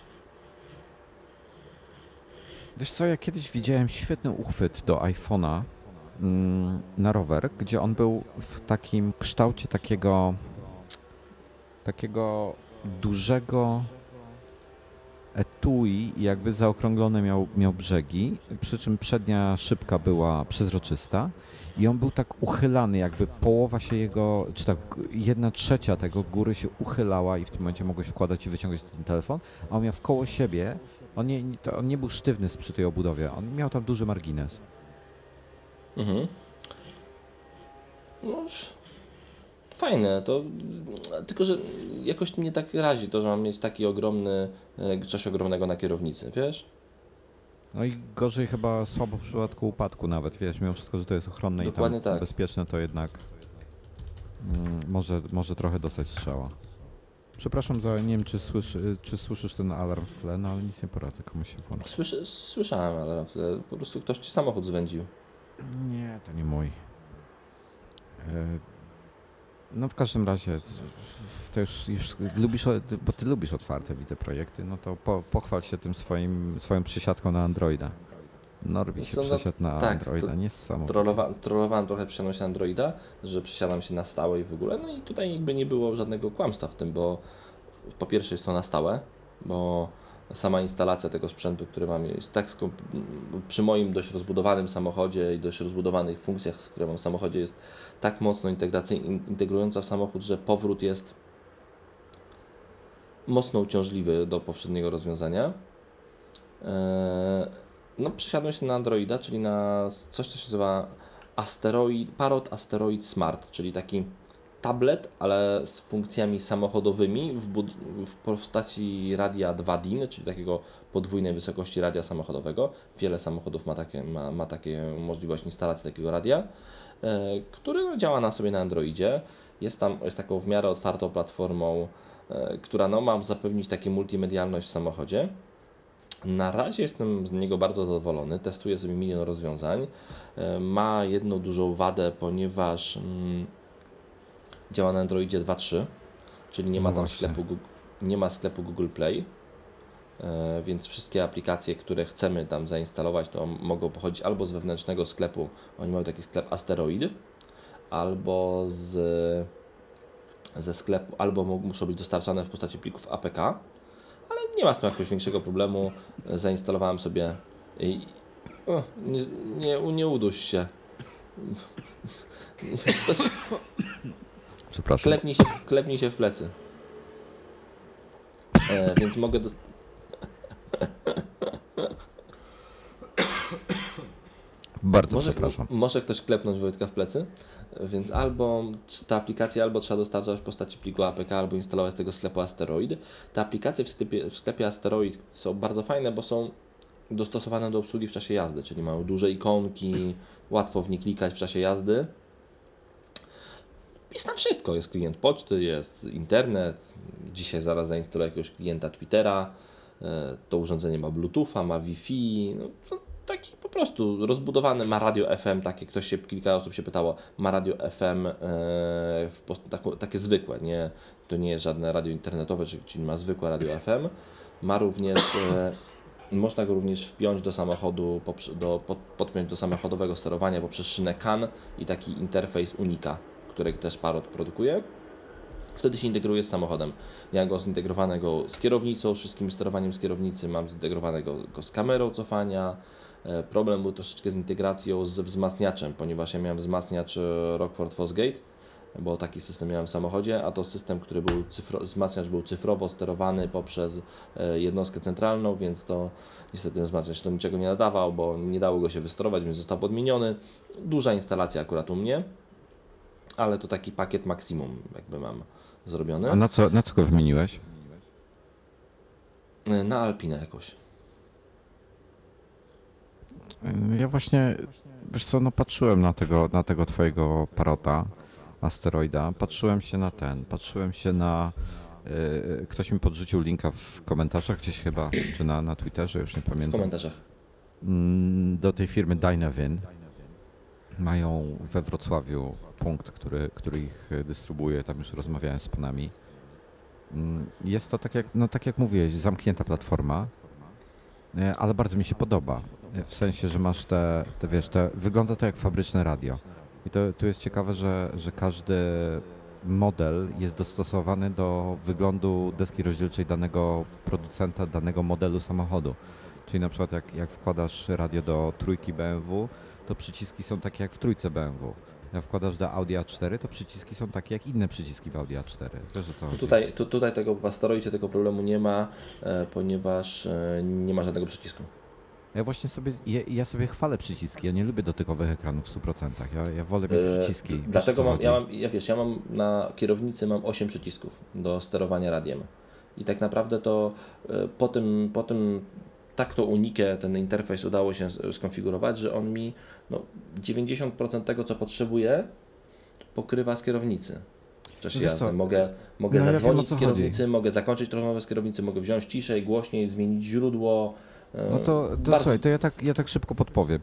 Wiesz co, ja kiedyś widziałem świetny uchwyt do iPhone'a mm, na rower, gdzie on był w takim kształcie takiego takiego dużego etui, jakby zaokrąglone miał, miał brzegi, przy czym przednia szybka była przezroczysta i on był tak uchylany, jakby połowa się jego, czy tak jedna trzecia tego góry się uchylała i w tym momencie mogłeś wkładać i wyciągać ten telefon, a on miał wkoło siebie, on nie, to on nie był sztywny przy tej obudowie, on miał tam duży margines. Mhm. No, fajne, to tylko, że jakoś mnie tak razi to, że mam mieć taki ogromny, coś ogromnego na kierownicy, wiesz? No i gorzej chyba słabo w przypadku upadku nawet, wiesz, mimo wszystko, że to jest ochronne dokładnie i tam tak. bezpieczne, to jednak mm, może, może trochę dostać strzała. Przepraszam za, nie wiem czy, słyszy, czy słyszysz ten alarm w tle, no ale nic nie poradzę, komuś się włączy. Słyszy, słyszałem alarm w tle, po prostu ktoś ci samochód zwędził. Nie, to nie mój. No w każdym razie, to już, już lubisz, bo ty lubisz otwarte, widzę, projekty, no to po, pochwal się tym swoim, swoją przysiadką na Androida. Norbi się przesiadł na tak, Androida, niesamowite. Trollowa, trollowałem trochę przesiadłem się na Androida, że przesiadam się na stałe i w ogóle, no i tutaj jakby nie było żadnego kłamstwa w tym, bo po pierwsze jest to na stałe, bo sama instalacja tego sprzętu, który mam, jest tak skomp- przy moim dość rozbudowanym samochodzie i dość rozbudowanych funkcjach, które mam w samochodzie, jest tak mocno integrująca w samochód, że powrót jest mocno uciążliwy do poprzedniego rozwiązania. No, przesiadłem się na Androida, czyli na coś, co się nazywa Asteroid, Parrot Asteroid Smart, czyli taki tablet, ale z funkcjami samochodowymi w, bud- w postaci radia dwa D I N, czyli takiego podwójnej wysokości radia samochodowego. Wiele samochodów ma takie, ma, ma takie możliwość instalacji takiego radia, e, który no, działa na sobie na Androidzie. Jest tam, jest taką w miarę otwartą platformą, e, która no, ma zapewnić taką multimedialność w samochodzie. Na razie jestem z niego bardzo zadowolony, testuję sobie milion rozwiązań. E, ma jedną dużą wadę, ponieważ mm, działa na Androidzie dwa trzy, czyli nie ma tam sklepu, nie ma sklepu Google Play, e, więc wszystkie aplikacje, które chcemy tam zainstalować, to mogą pochodzić albo z wewnętrznego sklepu, oni mają taki sklep Asteroid, albo z, ze sklepu, albo muszą być dostarczane w postaci plików A P K, ale nie ma z tym jakiegoś większego problemu. Zainstalowałem sobie i o, nie, nie, nie uduś się. Przepraszam. Klepnij się, klepnij się w plecy. E, więc mogę... Dost... Bardzo może, przepraszam. Może ktoś klepnąć Wojtka w plecy? Więc albo ta aplikacja albo trzeba dostarczać w postaci pliku A P K, albo instalować z tego sklepu Asteroid. Te aplikacje w sklepie, w sklepie Asteroid są bardzo fajne, bo są dostosowane do obsługi w czasie jazdy, czyli mają duże ikonki, łatwo w nie klikać w czasie jazdy. Jest tam wszystko, jest klient poczty, jest internet, dzisiaj zaraz zainstaluję jakiegoś klienta Twittera, to urządzenie ma Bluetootha, ma Wi-Fi, no, to taki po prostu rozbudowany, ma radio F M, takie, ktoś się, kilka osób się pytało, ma radio F M, e, w, takie, takie zwykłe, nie, to nie jest żadne radio internetowe, czyli ma zwykłe radio F M, ma również, e, można go również wpiąć do samochodu, do, pod, podpiąć do samochodowego sterowania poprzez szynę C A N i taki interfejs Unica, który też Parrot produkuje. Wtedy się integruje z samochodem. Ja go zintegrowanego z kierownicą, wszystkim sterowaniem z kierownicy, mam zintegrowanego go z kamerą cofania. Problem był troszeczkę z integracją z wzmacniaczem, ponieważ ja miałem wzmacniacz Rockford Fosgate, bo taki system miałem w samochodzie, a to system, który był cyfro, wzmacniacz był cyfrowo sterowany poprzez jednostkę centralną, więc to niestety wzmacniacz do niczego nie nadawał, bo nie dało go się wysterować, więc został podmieniony. Duża instalacja akurat u mnie, ale to taki pakiet maksimum jakby mam zrobiony. A na co, na co go wymieniłeś? Na Alpinę jakoś. Ja właśnie, wiesz co, no patrzyłem na tego, na tego twojego Parrota, Asteroida, patrzyłem się na ten, patrzyłem się na, yy, ktoś mi podrzucił linka w komentarzach gdzieś chyba, czy na, na Twitterze, już nie pamiętam. W komentarzach. Do tej firmy Dynavin. Mają we Wrocławiu punkt, który, który ich dystrybuuje, tam już rozmawiałem z panami. Jest to tak jak, no tak jak mówiłeś, zamknięta platforma, ale bardzo mi się podoba. W sensie, że masz te, te wiesz, te, wygląda to jak fabryczne radio. I to, to jest ciekawe, że, że każdy model jest dostosowany do wyglądu deski rozdzielczej danego producenta, danego modelu samochodu. Czyli na przykład jak, jak wkładasz radio do trójki B M W, to przyciski są takie jak w trójce B M W. Jak wkładasz do Audi A cztery, to przyciski są takie jak inne przyciski w Audi A cztery. Wiesz, o co chodzi? Tutaj, tu, tutaj tego w Asteroidzie tego problemu nie ma, e, ponieważ e, nie ma żadnego przycisku. Ja właśnie sobie, ja, ja sobie chwalę przyciski, ja nie lubię dotykowych ekranów w stu procentach, ja, ja wolę mieć przyciski. E, dlatego mam, ja mam, ja wiesz, ja mam na kierownicy mam osiem przycisków do sterowania radiem. I tak naprawdę to e, po tym, po tym tak to Unikę, ten interfejs udało się skonfigurować, że on mi no, dziewięćdziesiąt procent tego, co potrzebuję, pokrywa z kierownicy. Cześć, ja mogę, mogę no, zadzwonić ja wiem, z kierownicy, chodzi. Mogę zakończyć rozmowę z kierownicy, mogę wziąć ciszej, głośniej, zmienić źródło. No to, to Bardzo... słuchaj, to ja tak, ja tak szybko podpowiem.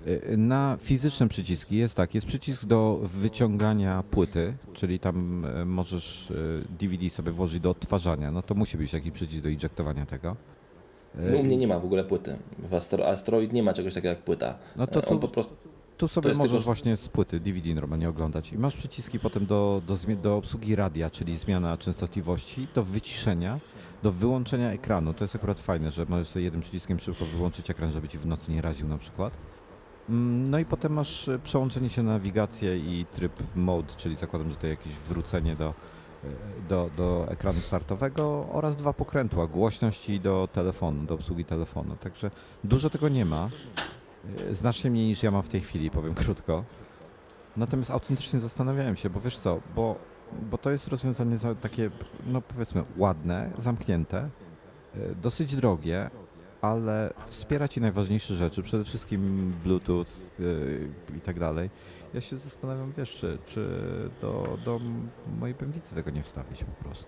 Na fizyczne przyciski jest tak, jest przycisk do wyciągania płyty, czyli tam możesz D V D sobie włożyć do odtwarzania, no to musi być jakiś przycisk do ejectowania tego. No, u mnie nie ma w ogóle płyty. W Astro, Asteroid nie ma czegoś takiego jak płyta. No to tu, po prostu, tu sobie możesz tylko... właśnie z płyty D V D normalnie oglądać. I masz przyciski potem do, do, do obsługi radia, czyli zmiana częstotliwości, do wyciszenia, do wyłączenia ekranu. To jest akurat fajne, że możesz sobie jednym przyciskiem szybko wyłączyć ekran, żeby ci w nocy nie raził na przykład. No i potem masz przełączenie się na nawigację i tryb mode, czyli zakładam, że to jakieś wrócenie do Do, do ekranu startowego oraz dwa pokrętła, głośności do telefonu, do obsługi telefonu. Także dużo tego nie ma, znacznie mniej niż ja mam w tej chwili, powiem krótko. Natomiast autentycznie zastanawiałem się, bo wiesz co, bo, bo to jest rozwiązanie takie, no powiedzmy ładne, zamknięte, dosyć drogie, ale wspiera ci najważniejsze rzeczy, przede wszystkim Bluetooth yy, i tak dalej. Ja się zastanawiam, wiesz, czy, czy do, do mojej pętlicy tego nie wstawić po prostu.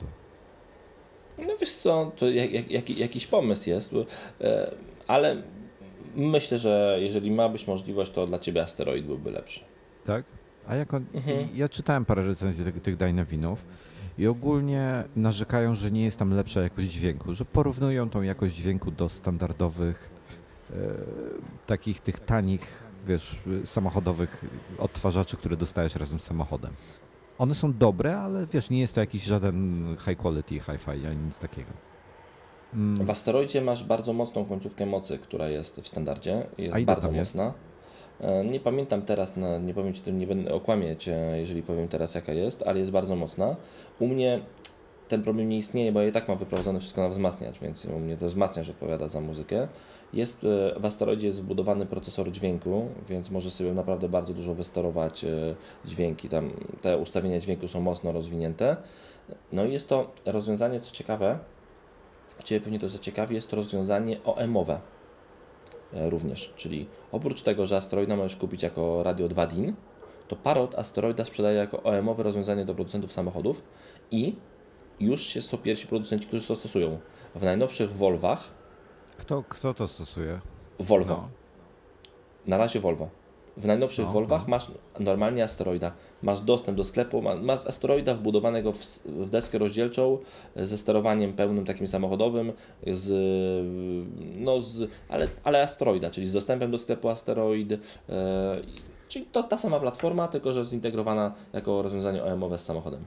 No wiesz co, to jak, jak, jak, jakiś pomysł jest, bo, e, ale myślę, że jeżeli ma być możliwość, to dla Ciebie Asteroid byłby lepszy. Tak? A jak on, mhm. Ja czytałem parę recenzji tych, tych Dynavinów i ogólnie narzekają, że nie jest tam lepsza jakość dźwięku, że porównują tą jakość dźwięku do standardowych, e, takich tych tanich, wiesz, samochodowych odtwarzaczy, które dostajesz razem z samochodem. One są dobre, ale wiesz, nie jest to jakiś żaden high quality, hi-fi, ani nic takiego. Mm. W Asteroidzie masz bardzo mocną końcówkę mocy, która jest w standardzie, jest bardzo mocna. Jest? Nie pamiętam teraz, na, nie powiem Ci, nie będę okłamiać, jeżeli powiem teraz jaka jest, ale jest bardzo mocna. U mnie ten problem nie istnieje, bo ja i tak mam wyprowadzone wszystko na wzmacniacz, więc u mnie to wzmacniacz odpowiada za muzykę. Jest, w Asteroidzie jest wbudowany procesor dźwięku, więc może sobie naprawdę bardzo dużo wysterować dźwięki. Tam te ustawienia dźwięku są mocno rozwinięte. No i jest to rozwiązanie, co ciekawe, Ciebie pewnie to zaciekawi, jest to rozwiązanie O M-owe również, czyli oprócz tego, że Asteroida możesz kupić jako radio dwa D I N, to Parrot Asteroida sprzedaje jako O M-owe rozwiązanie do producentów samochodów i już się są pierwsi producenci, którzy to stosują. W najnowszych Volvach. Kto, kto to stosuje? Volvo. No. Na razie Volvo. W najnowszych No, Volvach no. masz normalnie Asteroida. Masz dostęp do sklepu, masz Asteroida wbudowanego w, w deskę rozdzielczą ze sterowaniem pełnym takim samochodowym, z, no z, ale, ale Asteroida, czyli z dostępem do sklepu Asteroid. Yy, czyli to ta sama platforma, tylko że zintegrowana jako rozwiązanie O M-owe z samochodem.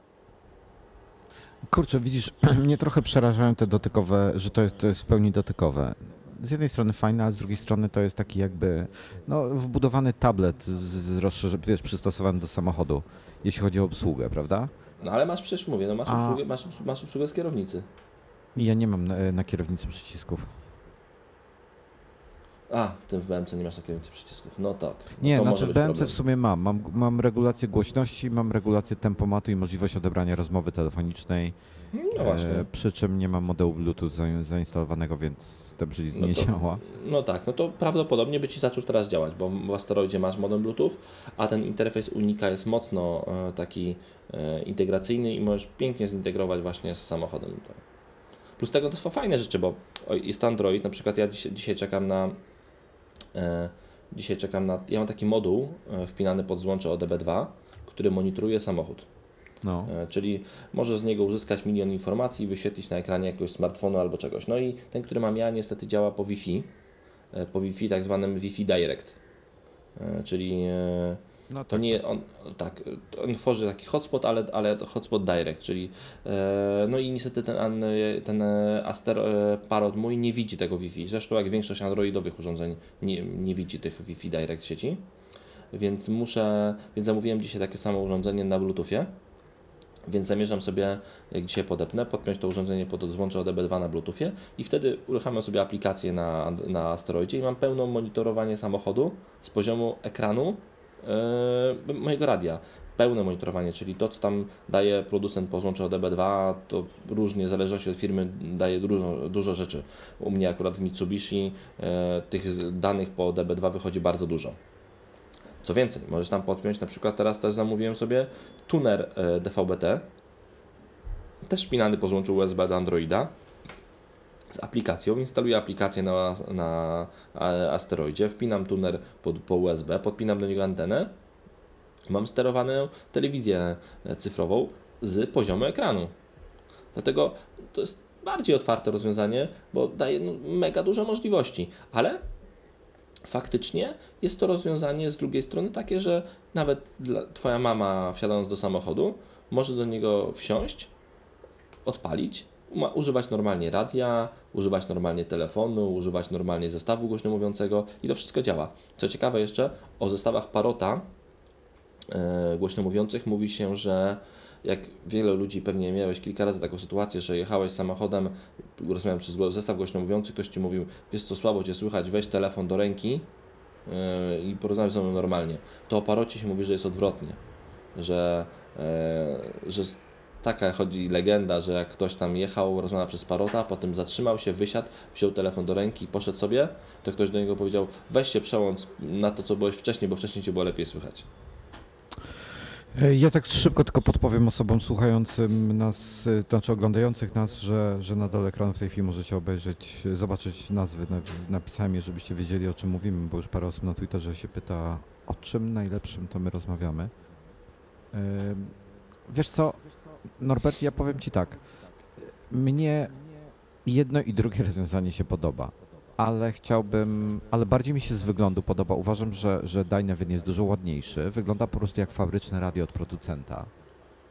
Kurczę, widzisz, mnie trochę przerażają te dotykowe, że to jest, to jest w pełni dotykowe. Z jednej strony fajne, a z drugiej strony to jest taki jakby no, wbudowany tablet z rozszerz- wiesz, przystosowany do samochodu, jeśli chodzi o obsługę, prawda? No ale masz, przecież mówię, no masz, A- obsługę, masz, obs- masz obsługę z kierownicy. Ja nie mam na, na kierownicy przycisków. A, ty w B M C nie masz na kierownicy przycisków. No tak. Nie, to może znaczy w być B M C problem. w sumie mam. mam. Mam regulację głośności, mam regulację tempomatu i możliwość odebrania rozmowy telefonicznej. No właśnie. E, przy czym nie mam modelu Bluetooth za, zainstalowanego, więc ten przycisk No nie to- działa. No tak, no to prawdopodobnie by Ci zaczął teraz działać, bo w Asteroidzie masz modem Bluetooth, a ten interfejs Unika jest mocno e, taki e, integracyjny i możesz pięknie zintegrować właśnie z samochodem. Plus tego to są fajne rzeczy, bo o, jest to Android, na przykład ja dzisiaj, dzisiaj czekam na e, dzisiaj czekam na, ja mam taki moduł e, wpinany pod złącze O D B dwa, który monitoruje samochód. No. E, Czyli możesz z niego uzyskać milion informacji i wyświetlić na ekranie jakiegoś smartfonu albo czegoś. No i ten, który mam ja, niestety działa po Wi-Fi, e, po Wi-Fi tak zwanym Wi-Fi Direct. E, Czyli e, No to nie, on, tak, on tworzy taki hotspot, ale, ale to hotspot direct, czyli e, no i niestety ten, an- ten e, Aster e, Parrot mój nie widzi tego Wi-Fi. Zresztą jak większość androidowych urządzeń nie, nie widzi tych Wi-Fi direct sieci, więc muszę, więc zamówiłem dzisiaj takie samo urządzenie na Bluetoothie. Więc zamierzam sobie, jak dzisiaj podepnę, podpiąć to urządzenie pod złącze O D B dwa na Bluetoothie i wtedy uruchamiam sobie aplikację na, na Asteroidzie i mam pełne monitorowanie samochodu z poziomu ekranu yy, mojego radia. Pełne monitorowanie, czyli to, co tam daje producent po złącze O D B dwa, to różnie, w zależności od firmy, daje dużo, dużo rzeczy. U mnie akurat w Mitsubishi yy, tych danych po O D B dwa wychodzi bardzo dużo. Co więcej, możesz tam podpiąć, na przykład teraz też zamówiłem sobie tuner D V B T, też szpinany po złączu U S B do Androida, z aplikacją. Instaluję aplikację na, na Asteroidzie, wpinam tuner pod, po U S B, podpinam do niego antenę, mam sterowaną telewizję cyfrową z poziomu ekranu. Dlatego to jest bardziej otwarte rozwiązanie, bo daje no, mega dużo możliwości, ale faktycznie jest to rozwiązanie z drugiej strony takie, że nawet dla, Twoja mama wsiadając do samochodu może do niego wsiąść, odpalić, uma, używać normalnie radia, używać normalnie telefonu, używać normalnie zestawu głośno mówiącego i to wszystko działa. Co ciekawe jeszcze, o zestawach Parrota yy, głośno mówiących mówi się, że jak wiele ludzi, pewnie miałeś kilka razy taką sytuację, że jechałeś samochodem, rozmawiałem przez zestaw głośno mówiący, ktoś Ci mówił, wiesz co, słabo Cię słychać, weź telefon do ręki yy, i porozmawiaj ze mną normalnie. To o Parrocie się mówi, że jest odwrotnie, że, yy, że taka chodzi legenda, że jak ktoś tam jechał, rozmawiał przez Parrota, potem zatrzymał się, wysiadł, wziął telefon do ręki i poszedł sobie, to ktoś do niego powiedział, weź się przełącz na to, co byłeś wcześniej, bo wcześniej Cię było lepiej słychać. Ja tak szybko tylko podpowiem osobom słuchającym nas, y, to znaczy oglądających nas, że, że na dole ekranu w tej chwili możecie obejrzeć, zobaczyć nazwy, na- napisami, żebyście wiedzieli, o czym mówimy, bo już parę osób na Twitterze się pyta, o czym najlepszym to my rozmawiamy. Ym, Wiesz co, Norbert, ja powiem Ci tak, mnie jedno i drugie rozwiązanie się podoba, ale chciałbym, ale bardziej mi się z wyglądu podoba. Uważam, że, że Dynavin jest dużo ładniejszy, wygląda po prostu jak fabryczne radio od producenta.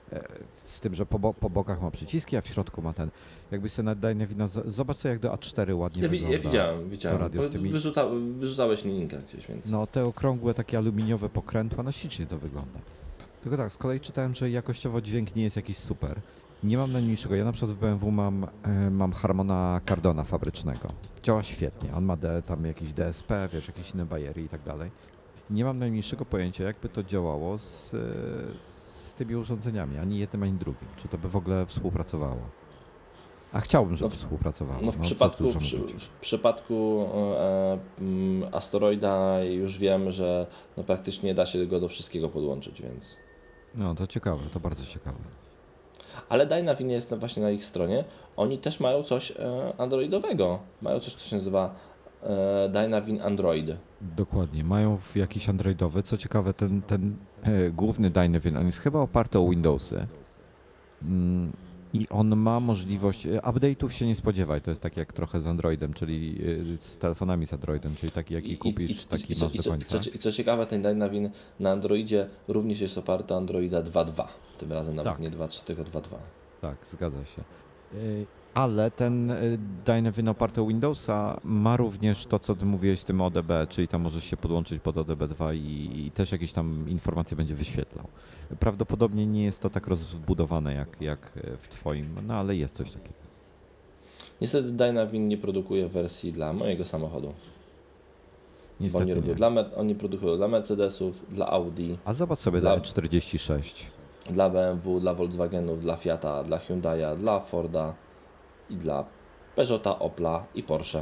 z tym, że po, bo, po bokach ma przyciski, a w środku ma ten, jakbyś sobie na Dynavina, zobacz sobie jak do A cztery ładnie Ja, wygląda. ja widziałem, widziałem. radio z tymi... Wyrzuca, wyrzucałeś linkę gdzieś, więc... No te okrągłe, takie aluminiowe pokrętła, no ślicznie to wygląda. Tylko tak, z kolei czytałem, że jakościowo dźwięk nie jest jakiś super. Nie mam najmniejszego. Ja na przykład w B M W mam, y, mam Harmona Kardona fabrycznego. Działa świetnie. On ma D, tam jakiś D S P, wiesz, jakieś inne bariery i tak dalej. Nie mam najmniejszego pojęcia, jakby to działało z, y, z tymi urządzeniami, ani jednym, ani drugim. Czy to by w ogóle współpracowało? A chciałbym, żeby No w, współpracowało. No w no, przypadku, w, przy, w przypadku e, m, Asteroida już wiem, że no praktycznie da się go do wszystkiego podłączyć, więc... No to ciekawe, to bardzo ciekawe. Ale Dynavin jest właśnie na ich stronie. Oni też mają coś e, androidowego. Mają coś, co się nazywa e, Dynavin Android. Dokładnie, mają w jakiś androidowy. Co ciekawe, ten, ten e, główny Dynavin, on jest chyba oparty o Windowsy. Mm, I on ma możliwość, e, update'ów się nie spodziewaj, to jest tak jak trochę z Androidem, czyli e, z telefonami z Androidem, czyli taki jaki I, kupisz, i, taki i, masz i, do co, końca. I co, i co ciekawe, ten Dynavin na Androidzie również jest oparty o Androida dwa dwa. Tym razem nawet Tak. nie dwa trzy, tylko dwa dwa. Tak, zgadza się. E, Ale ten e, Dynavin oparty o Windowsa ma również to, co ty mówiłeś z tym O D B, czyli tam możesz się podłączyć pod O D B dwa i, i też jakieś tam informacje będzie wyświetlał. Prawdopodobnie nie jest to tak rozbudowane jak, jak w twoim, no ale jest coś takiego. Niestety Dynavin nie produkuje wersji dla mojego samochodu. Niestety Bo oni, robią nie. dla, oni produkują dla Mercedesów, dla Audi, A zobacz sobie dla- dla czterdzieści sześć. dla B M W, dla Volkswagenów, dla Fiata, dla Hyundai'a, dla Forda i dla Peugeota, Opla i Porsche.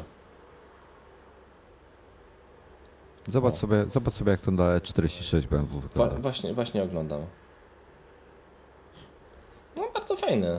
Zobacz O. sobie, zobacz sobie jak to dla czterdzieści sześć B M W Wa- wygląda. właśnie, właśnie oglądam. No bardzo fajny.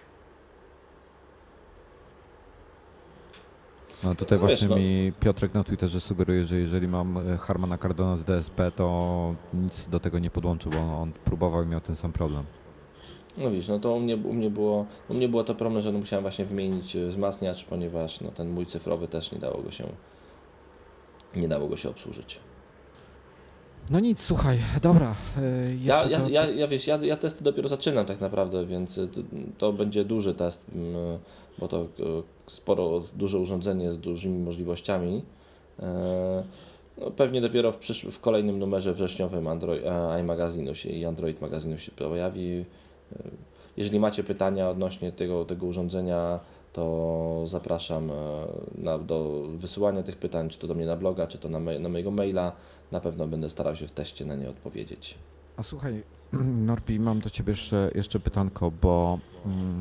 No tutaj No wiesz, właśnie no- mi Piotrek na Twitterze sugeruje, że jeżeli mam e, Harmana Kardona z D S P, to nic do tego nie podłączy, bo on próbował i miał ten sam problem. No widzisz, no to u mnie, u mnie było, u mnie było to problem, że no musiałem właśnie wymienić e, wzmacniacz, ponieważ no ten mój cyfrowy też nie dało go się, nie dało go się obsłużyć. No nic, słuchaj, dobra. e, Ja, jeszcze ja, to... ja, ja wiesz, ja, ja testy dopiero zaczynam tak naprawdę, więc y, to, to będzie duży test, mm, bo to y, sporo, duże urządzenie z dużymi możliwościami. E, No, pewnie dopiero w, przysz- w kolejnym numerze wrześniowym Android, e, iMagazynu się i Android magazynu się pojawi. E, Jeżeli macie pytania odnośnie tego, tego urządzenia, to zapraszam e, na, do wysyłania tych pytań, czy to do mnie na bloga, czy to na, me- na mojego maila. Na pewno będę starał się w teście na nie odpowiedzieć. A słuchaj, Norbi, mam do ciebie jeszcze, jeszcze pytanko, bo mm,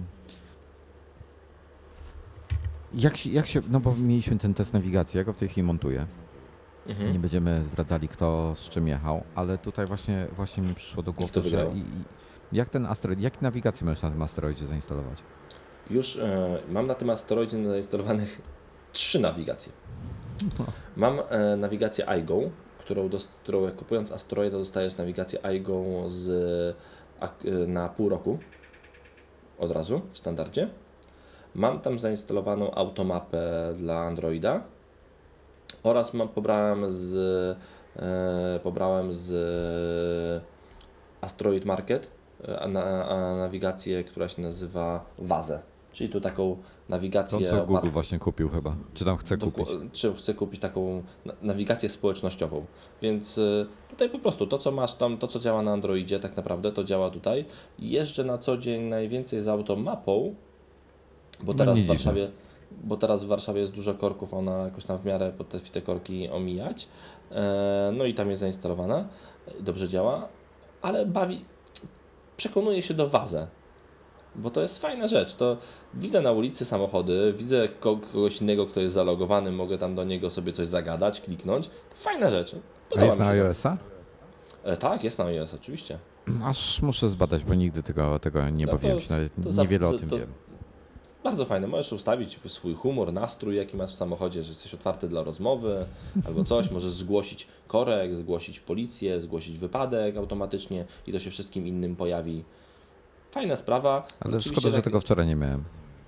jak, się- jak się, no bo mieliśmy ten test nawigacji, ja go w tej chwili montuję. Mhm. Nie będziemy zdradzali, kto z czym jechał, ale tutaj właśnie, właśnie mi przyszło do to głowy, że wygrało? i, i, jak ten asteroid, jak nawigację możesz na tym asteroidzie zainstalować? Już e, mam na tym asteroidzie zainstalowanych trzy nawigacje. Mam e, nawigację iGo, którą, dos- którą jak kupując asteroida dostajesz nawigację iGo z, ak- e, na pół roku od razu w standardzie. Mam tam zainstalowaną automapę dla Androida oraz mam, pobrałem z e, pobrałem z Asteroid Market e, a, na, a nawigację, która się nazywa Wazę, czyli tu taką To nawigację co Google opar- właśnie kupił chyba, czy tam chce kupić? Doku- Czy chcę kupić taką na- nawigację społecznościową. Więc y, tutaj po prostu to, co masz tam, to co działa na Androidzie, tak naprawdę to działa tutaj. Jeżdżę na co dzień najwięcej z automapą, bo No teraz nie w dziwne. Warszawie, bo teraz w Warszawie jest dużo korków, ona jakoś tam w miarę potrafi te korki omijać. E, No i tam jest zainstalowana, dobrze działa, ale bawi, przekonuje się do Wazę. Bo to jest fajna rzecz. To widzę na ulicy samochody, widzę ko- kogoś innego, kto jest zalogowany, mogę tam do niego sobie coś zagadać, kliknąć. To fajna rzecz. A Podoba jest mi na się to. iOS-a? E, tak, jest na iOS, oczywiście. Aż muszę zbadać, bo nigdy tego, tego nie No bawiłem to- się, nawet to za- niewiele o to- tym to- wiem. Bardzo fajne. Możesz ustawić swój humor, nastrój, jaki masz w samochodzie, że jesteś otwarty dla rozmowy albo coś. Możesz zgłosić korek, zgłosić policję, zgłosić wypadek automatycznie i to się wszystkim innym pojawi. Fajna sprawa. Ale Oczywiście szkoda, że tak- tego wczoraj nie miałem.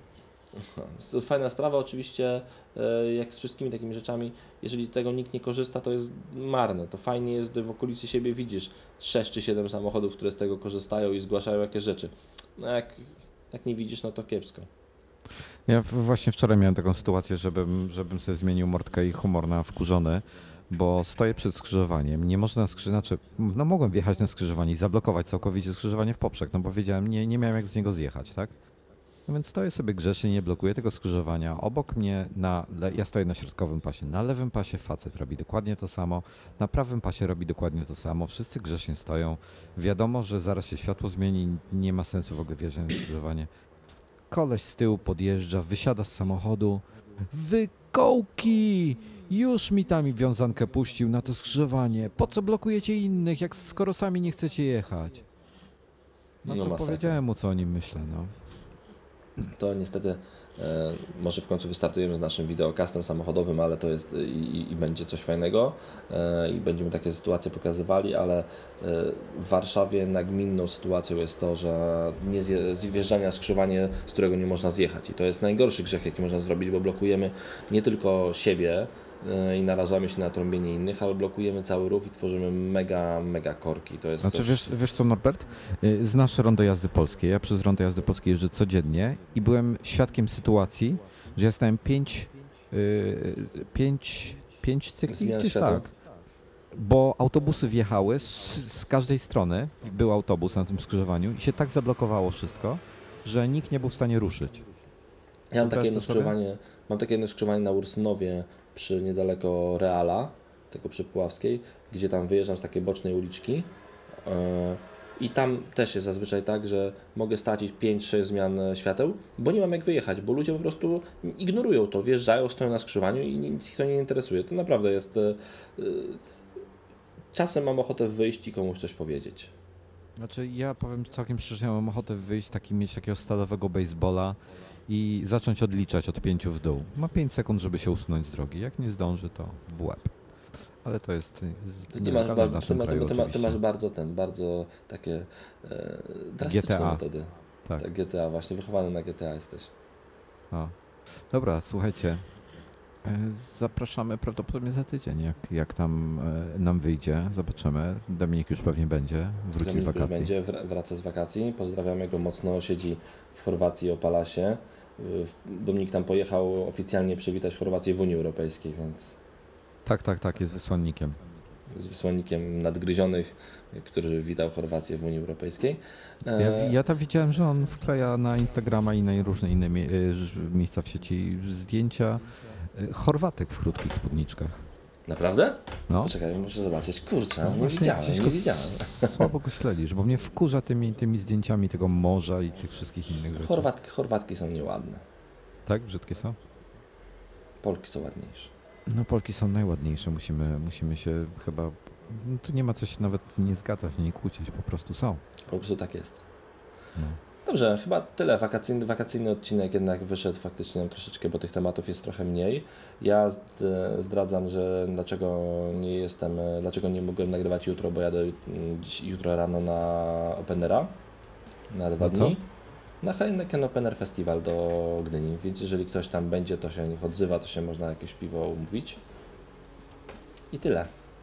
To fajna sprawa, oczywiście, e, jak z wszystkimi takimi rzeczami, jeżeli tego nikt nie korzysta, to jest marne. To fajnie jest, gdy w okolicy siebie widzisz sześć czy siedem samochodów, które z tego korzystają i zgłaszają jakieś rzeczy. No jak, jak nie widzisz, no to kiepsko. Ja w- właśnie wczoraj miałem taką sytuację, żebym, żebym sobie zmienił mordkę i humor na wkurzony, bo stoję przed skrzyżowaniem, nie można skrzyżować, znaczy, no mogłem wjechać na skrzyżowanie i zablokować całkowicie skrzyżowanie w poprzek, no bo wiedziałem, nie, nie miałem jak z niego zjechać, tak? No więc stoję sobie grzecznie, nie blokuję tego skrzyżowania. Obok mnie, na, le- ja stoję na środkowym pasie, na lewym pasie facet robi dokładnie to samo, na prawym pasie robi dokładnie to samo, wszyscy grzecznie stoją. Wiadomo, że zaraz się światło zmieni, nie ma sensu w ogóle wjeżdżać na skrzyżowanie. Koleś z tyłu podjeżdża, wysiada z samochodu. Wykołki! Już mi tam wiązankę puścił na to skrzyżowanie. Po co blokujecie innych, jak skoro sami nie chcecie jechać? No No to masakra. powiedziałem mu, co o nim myślę, no. To niestety e, może w końcu wystartujemy z naszym wideokastem samochodowym, ale to jest i, i, i będzie coś fajnego e, i będziemy takie sytuacje pokazywali, ale e, w Warszawie nagminną sytuacją jest to, że nie zje, zjeżdżania skrzyżowanie, z którego nie można zjechać i to jest najgorszy grzech, jaki można zrobić, bo blokujemy nie tylko siebie e, i narażamy się na trąbienie innych, ale blokujemy cały ruch i tworzymy mega, mega korki. To jest Znaczy, coś... wiesz, wiesz co, Norbert? Y, Znasz rondo jazdy polskie. Ja przez rondo jazdy polskie jeżdżę codziennie i byłem świadkiem sytuacji, że ja stałem pięć, y, pięć, pięć cykli, Zmian gdzieś świateł. tak. Bo autobusy wjechały z, z każdej strony, był autobus na tym skrzyżowaniu i się tak zablokowało wszystko, że nikt nie był w stanie ruszyć. Ja mam takie Wyobraź jedno to sobie? skrzyżowanie, mam takie jedno skrzyżowanie na Ursynowie przy niedaleko Reala, tego przy Puławskiej, gdzie tam wyjeżdżam z takiej bocznej uliczki yy, i tam też jest zazwyczaj tak, że mogę stracić pięć sześć zmian świateł, bo nie mam jak wyjechać, bo ludzie po prostu ignorują to, wjeżdżają, stoją na skrzyżowaniu i nic ich to nie interesuje. To naprawdę jest... Yy, czasem mam ochotę wyjść i komuś coś powiedzieć. Znaczy, ja powiem całkiem szczerze, ja mam ochotę wyjść, taki, mieć takiego stalowego baseballa i zacząć odliczać od pięciu w dół. Ma pięć sekund, żeby się usunąć z drogi. Jak nie zdąży, to w łeb. Ale to jest z- Ty masz, nielegalne w bar- ty, naszym ma, ty, kraju ma, ty, ma, ty oczywiście. masz bardzo ten, bardzo takie e, drastyczne G T A. metody. Tak. Tak, G T A, właśnie wychowany na G T A jesteś. O. Dobra, słuchajcie. e, Zapraszamy prawdopodobnie za tydzień, jak, jak tam e, nam wyjdzie. Zobaczymy. Dominik już pewnie będzie. Wróci z Dominik już wakacji. będzie, wr- wraca z wakacji. Pozdrawiamy go mocno, siedzi w Chorwacji, opala się. Y, Dominik tam pojechał oficjalnie przywitać Chorwację w Unii Europejskiej, więc Tak, tak, tak, jest wysłannikiem. jest wysłannikiem nadgryzionych, który witał Chorwację w Unii Europejskiej. E, Ja, wi- ja tam widziałem, że on wkleja na Instagrama i na różne inne mie- y, ż- miejsca w sieci zdjęcia y, Chorwatek w krótkich spódniczkach. Naprawdę? No. Poczekaj, muszę zobaczyć. Kurczę, No nie właśnie widziałem, gdzieś nie go widziałem. s- Słabo go śledzisz, bo mnie wkurza tymi, tymi zdjęciami tego morza i tych wszystkich innych rzeczy. Chorwatki, Chorwatki są nieładne. Tak? Brzydkie są? Polki są ładniejsze. No Polki są najładniejsze, musimy, musimy się chyba... No, tu nie ma co się nawet nie zgadzać, nie kłócić, po prostu są. Po prostu tak jest. No. Dobrze, chyba tyle. Wakacyjny, wakacyjny odcinek jednak wyszedł faktycznie nam troszeczkę, bo tych tematów jest trochę mniej. Ja zd- zdradzam, że dlaczego nie jestem, dlaczego nie mogłem nagrywać jutro, bo jadę mm, dziś, jutro rano na Openera na dwa Na co? dni. Na Heineken Opener Festival do Gdyni, więc jeżeli ktoś tam będzie, to się niech odzywa, to się można jakieś piwo umówić. I tyle.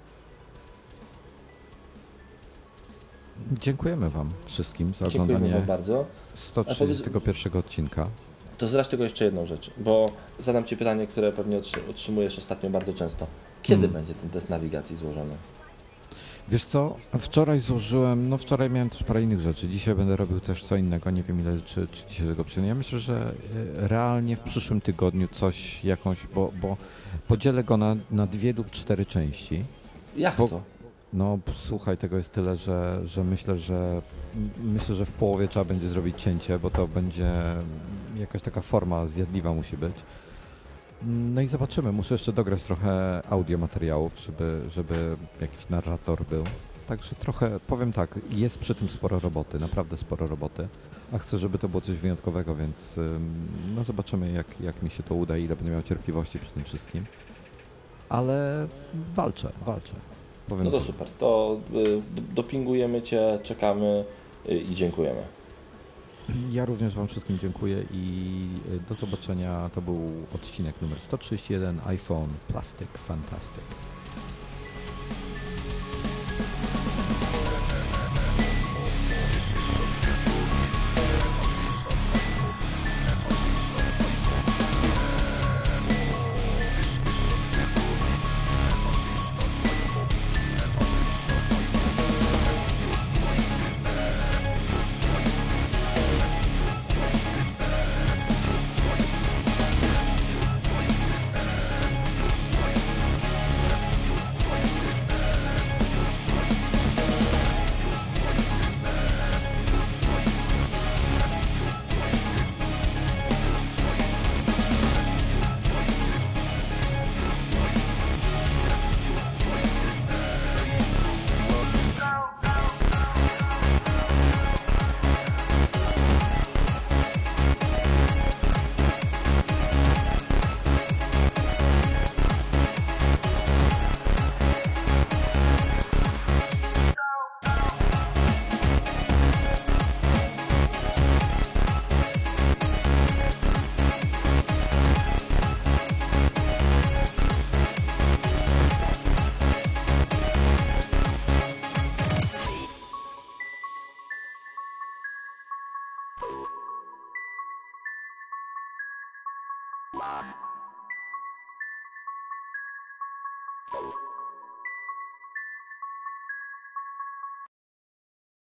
Dziękujemy Wam wszystkim za Dziękujemy oglądanie Wam bardzo. sto trzydziestego pierwszego odcinka. To zdradź tylko jeszcze jedną rzecz, bo zadam Ci pytanie, które pewnie otrzy- otrzymujesz ostatnio bardzo często. Kiedy Hmm. będzie ten test nawigacji złożony? Wiesz co, wczoraj złożyłem, no wczoraj miałem też parę innych rzeczy, dzisiaj będę robił też co innego, nie wiem ile, czy, czy dzisiaj tego przyjdę. Ja myślę, że y, realnie w przyszłym tygodniu coś jakąś, bo, bo podzielę go na, na dwie lub cztery części. Jak Bo- to? No słuchaj, tego jest tyle, że, że myślę, że m- myślę, że w połowie trzeba będzie zrobić cięcie, bo to będzie jakaś taka forma zjadliwa musi być. No i zobaczymy, muszę jeszcze dograć trochę audio materiałów, żeby, żeby jakiś narrator był. Także trochę, powiem tak, jest przy tym sporo roboty, naprawdę sporo roboty, a chcę, żeby to było coś wyjątkowego, więc ym, no zobaczymy, jak, jak mi się to uda i ile będę miał cierpliwości przy tym wszystkim. Ale walczę, walczę. Powiem No to tak. super, to y, d- dopingujemy Cię, czekamy y, i dziękujemy. Ja również Wam wszystkim dziękuję i do zobaczenia. To był odcinek numer sto trzydzieści jeden iPhone Plastic Fantastic. You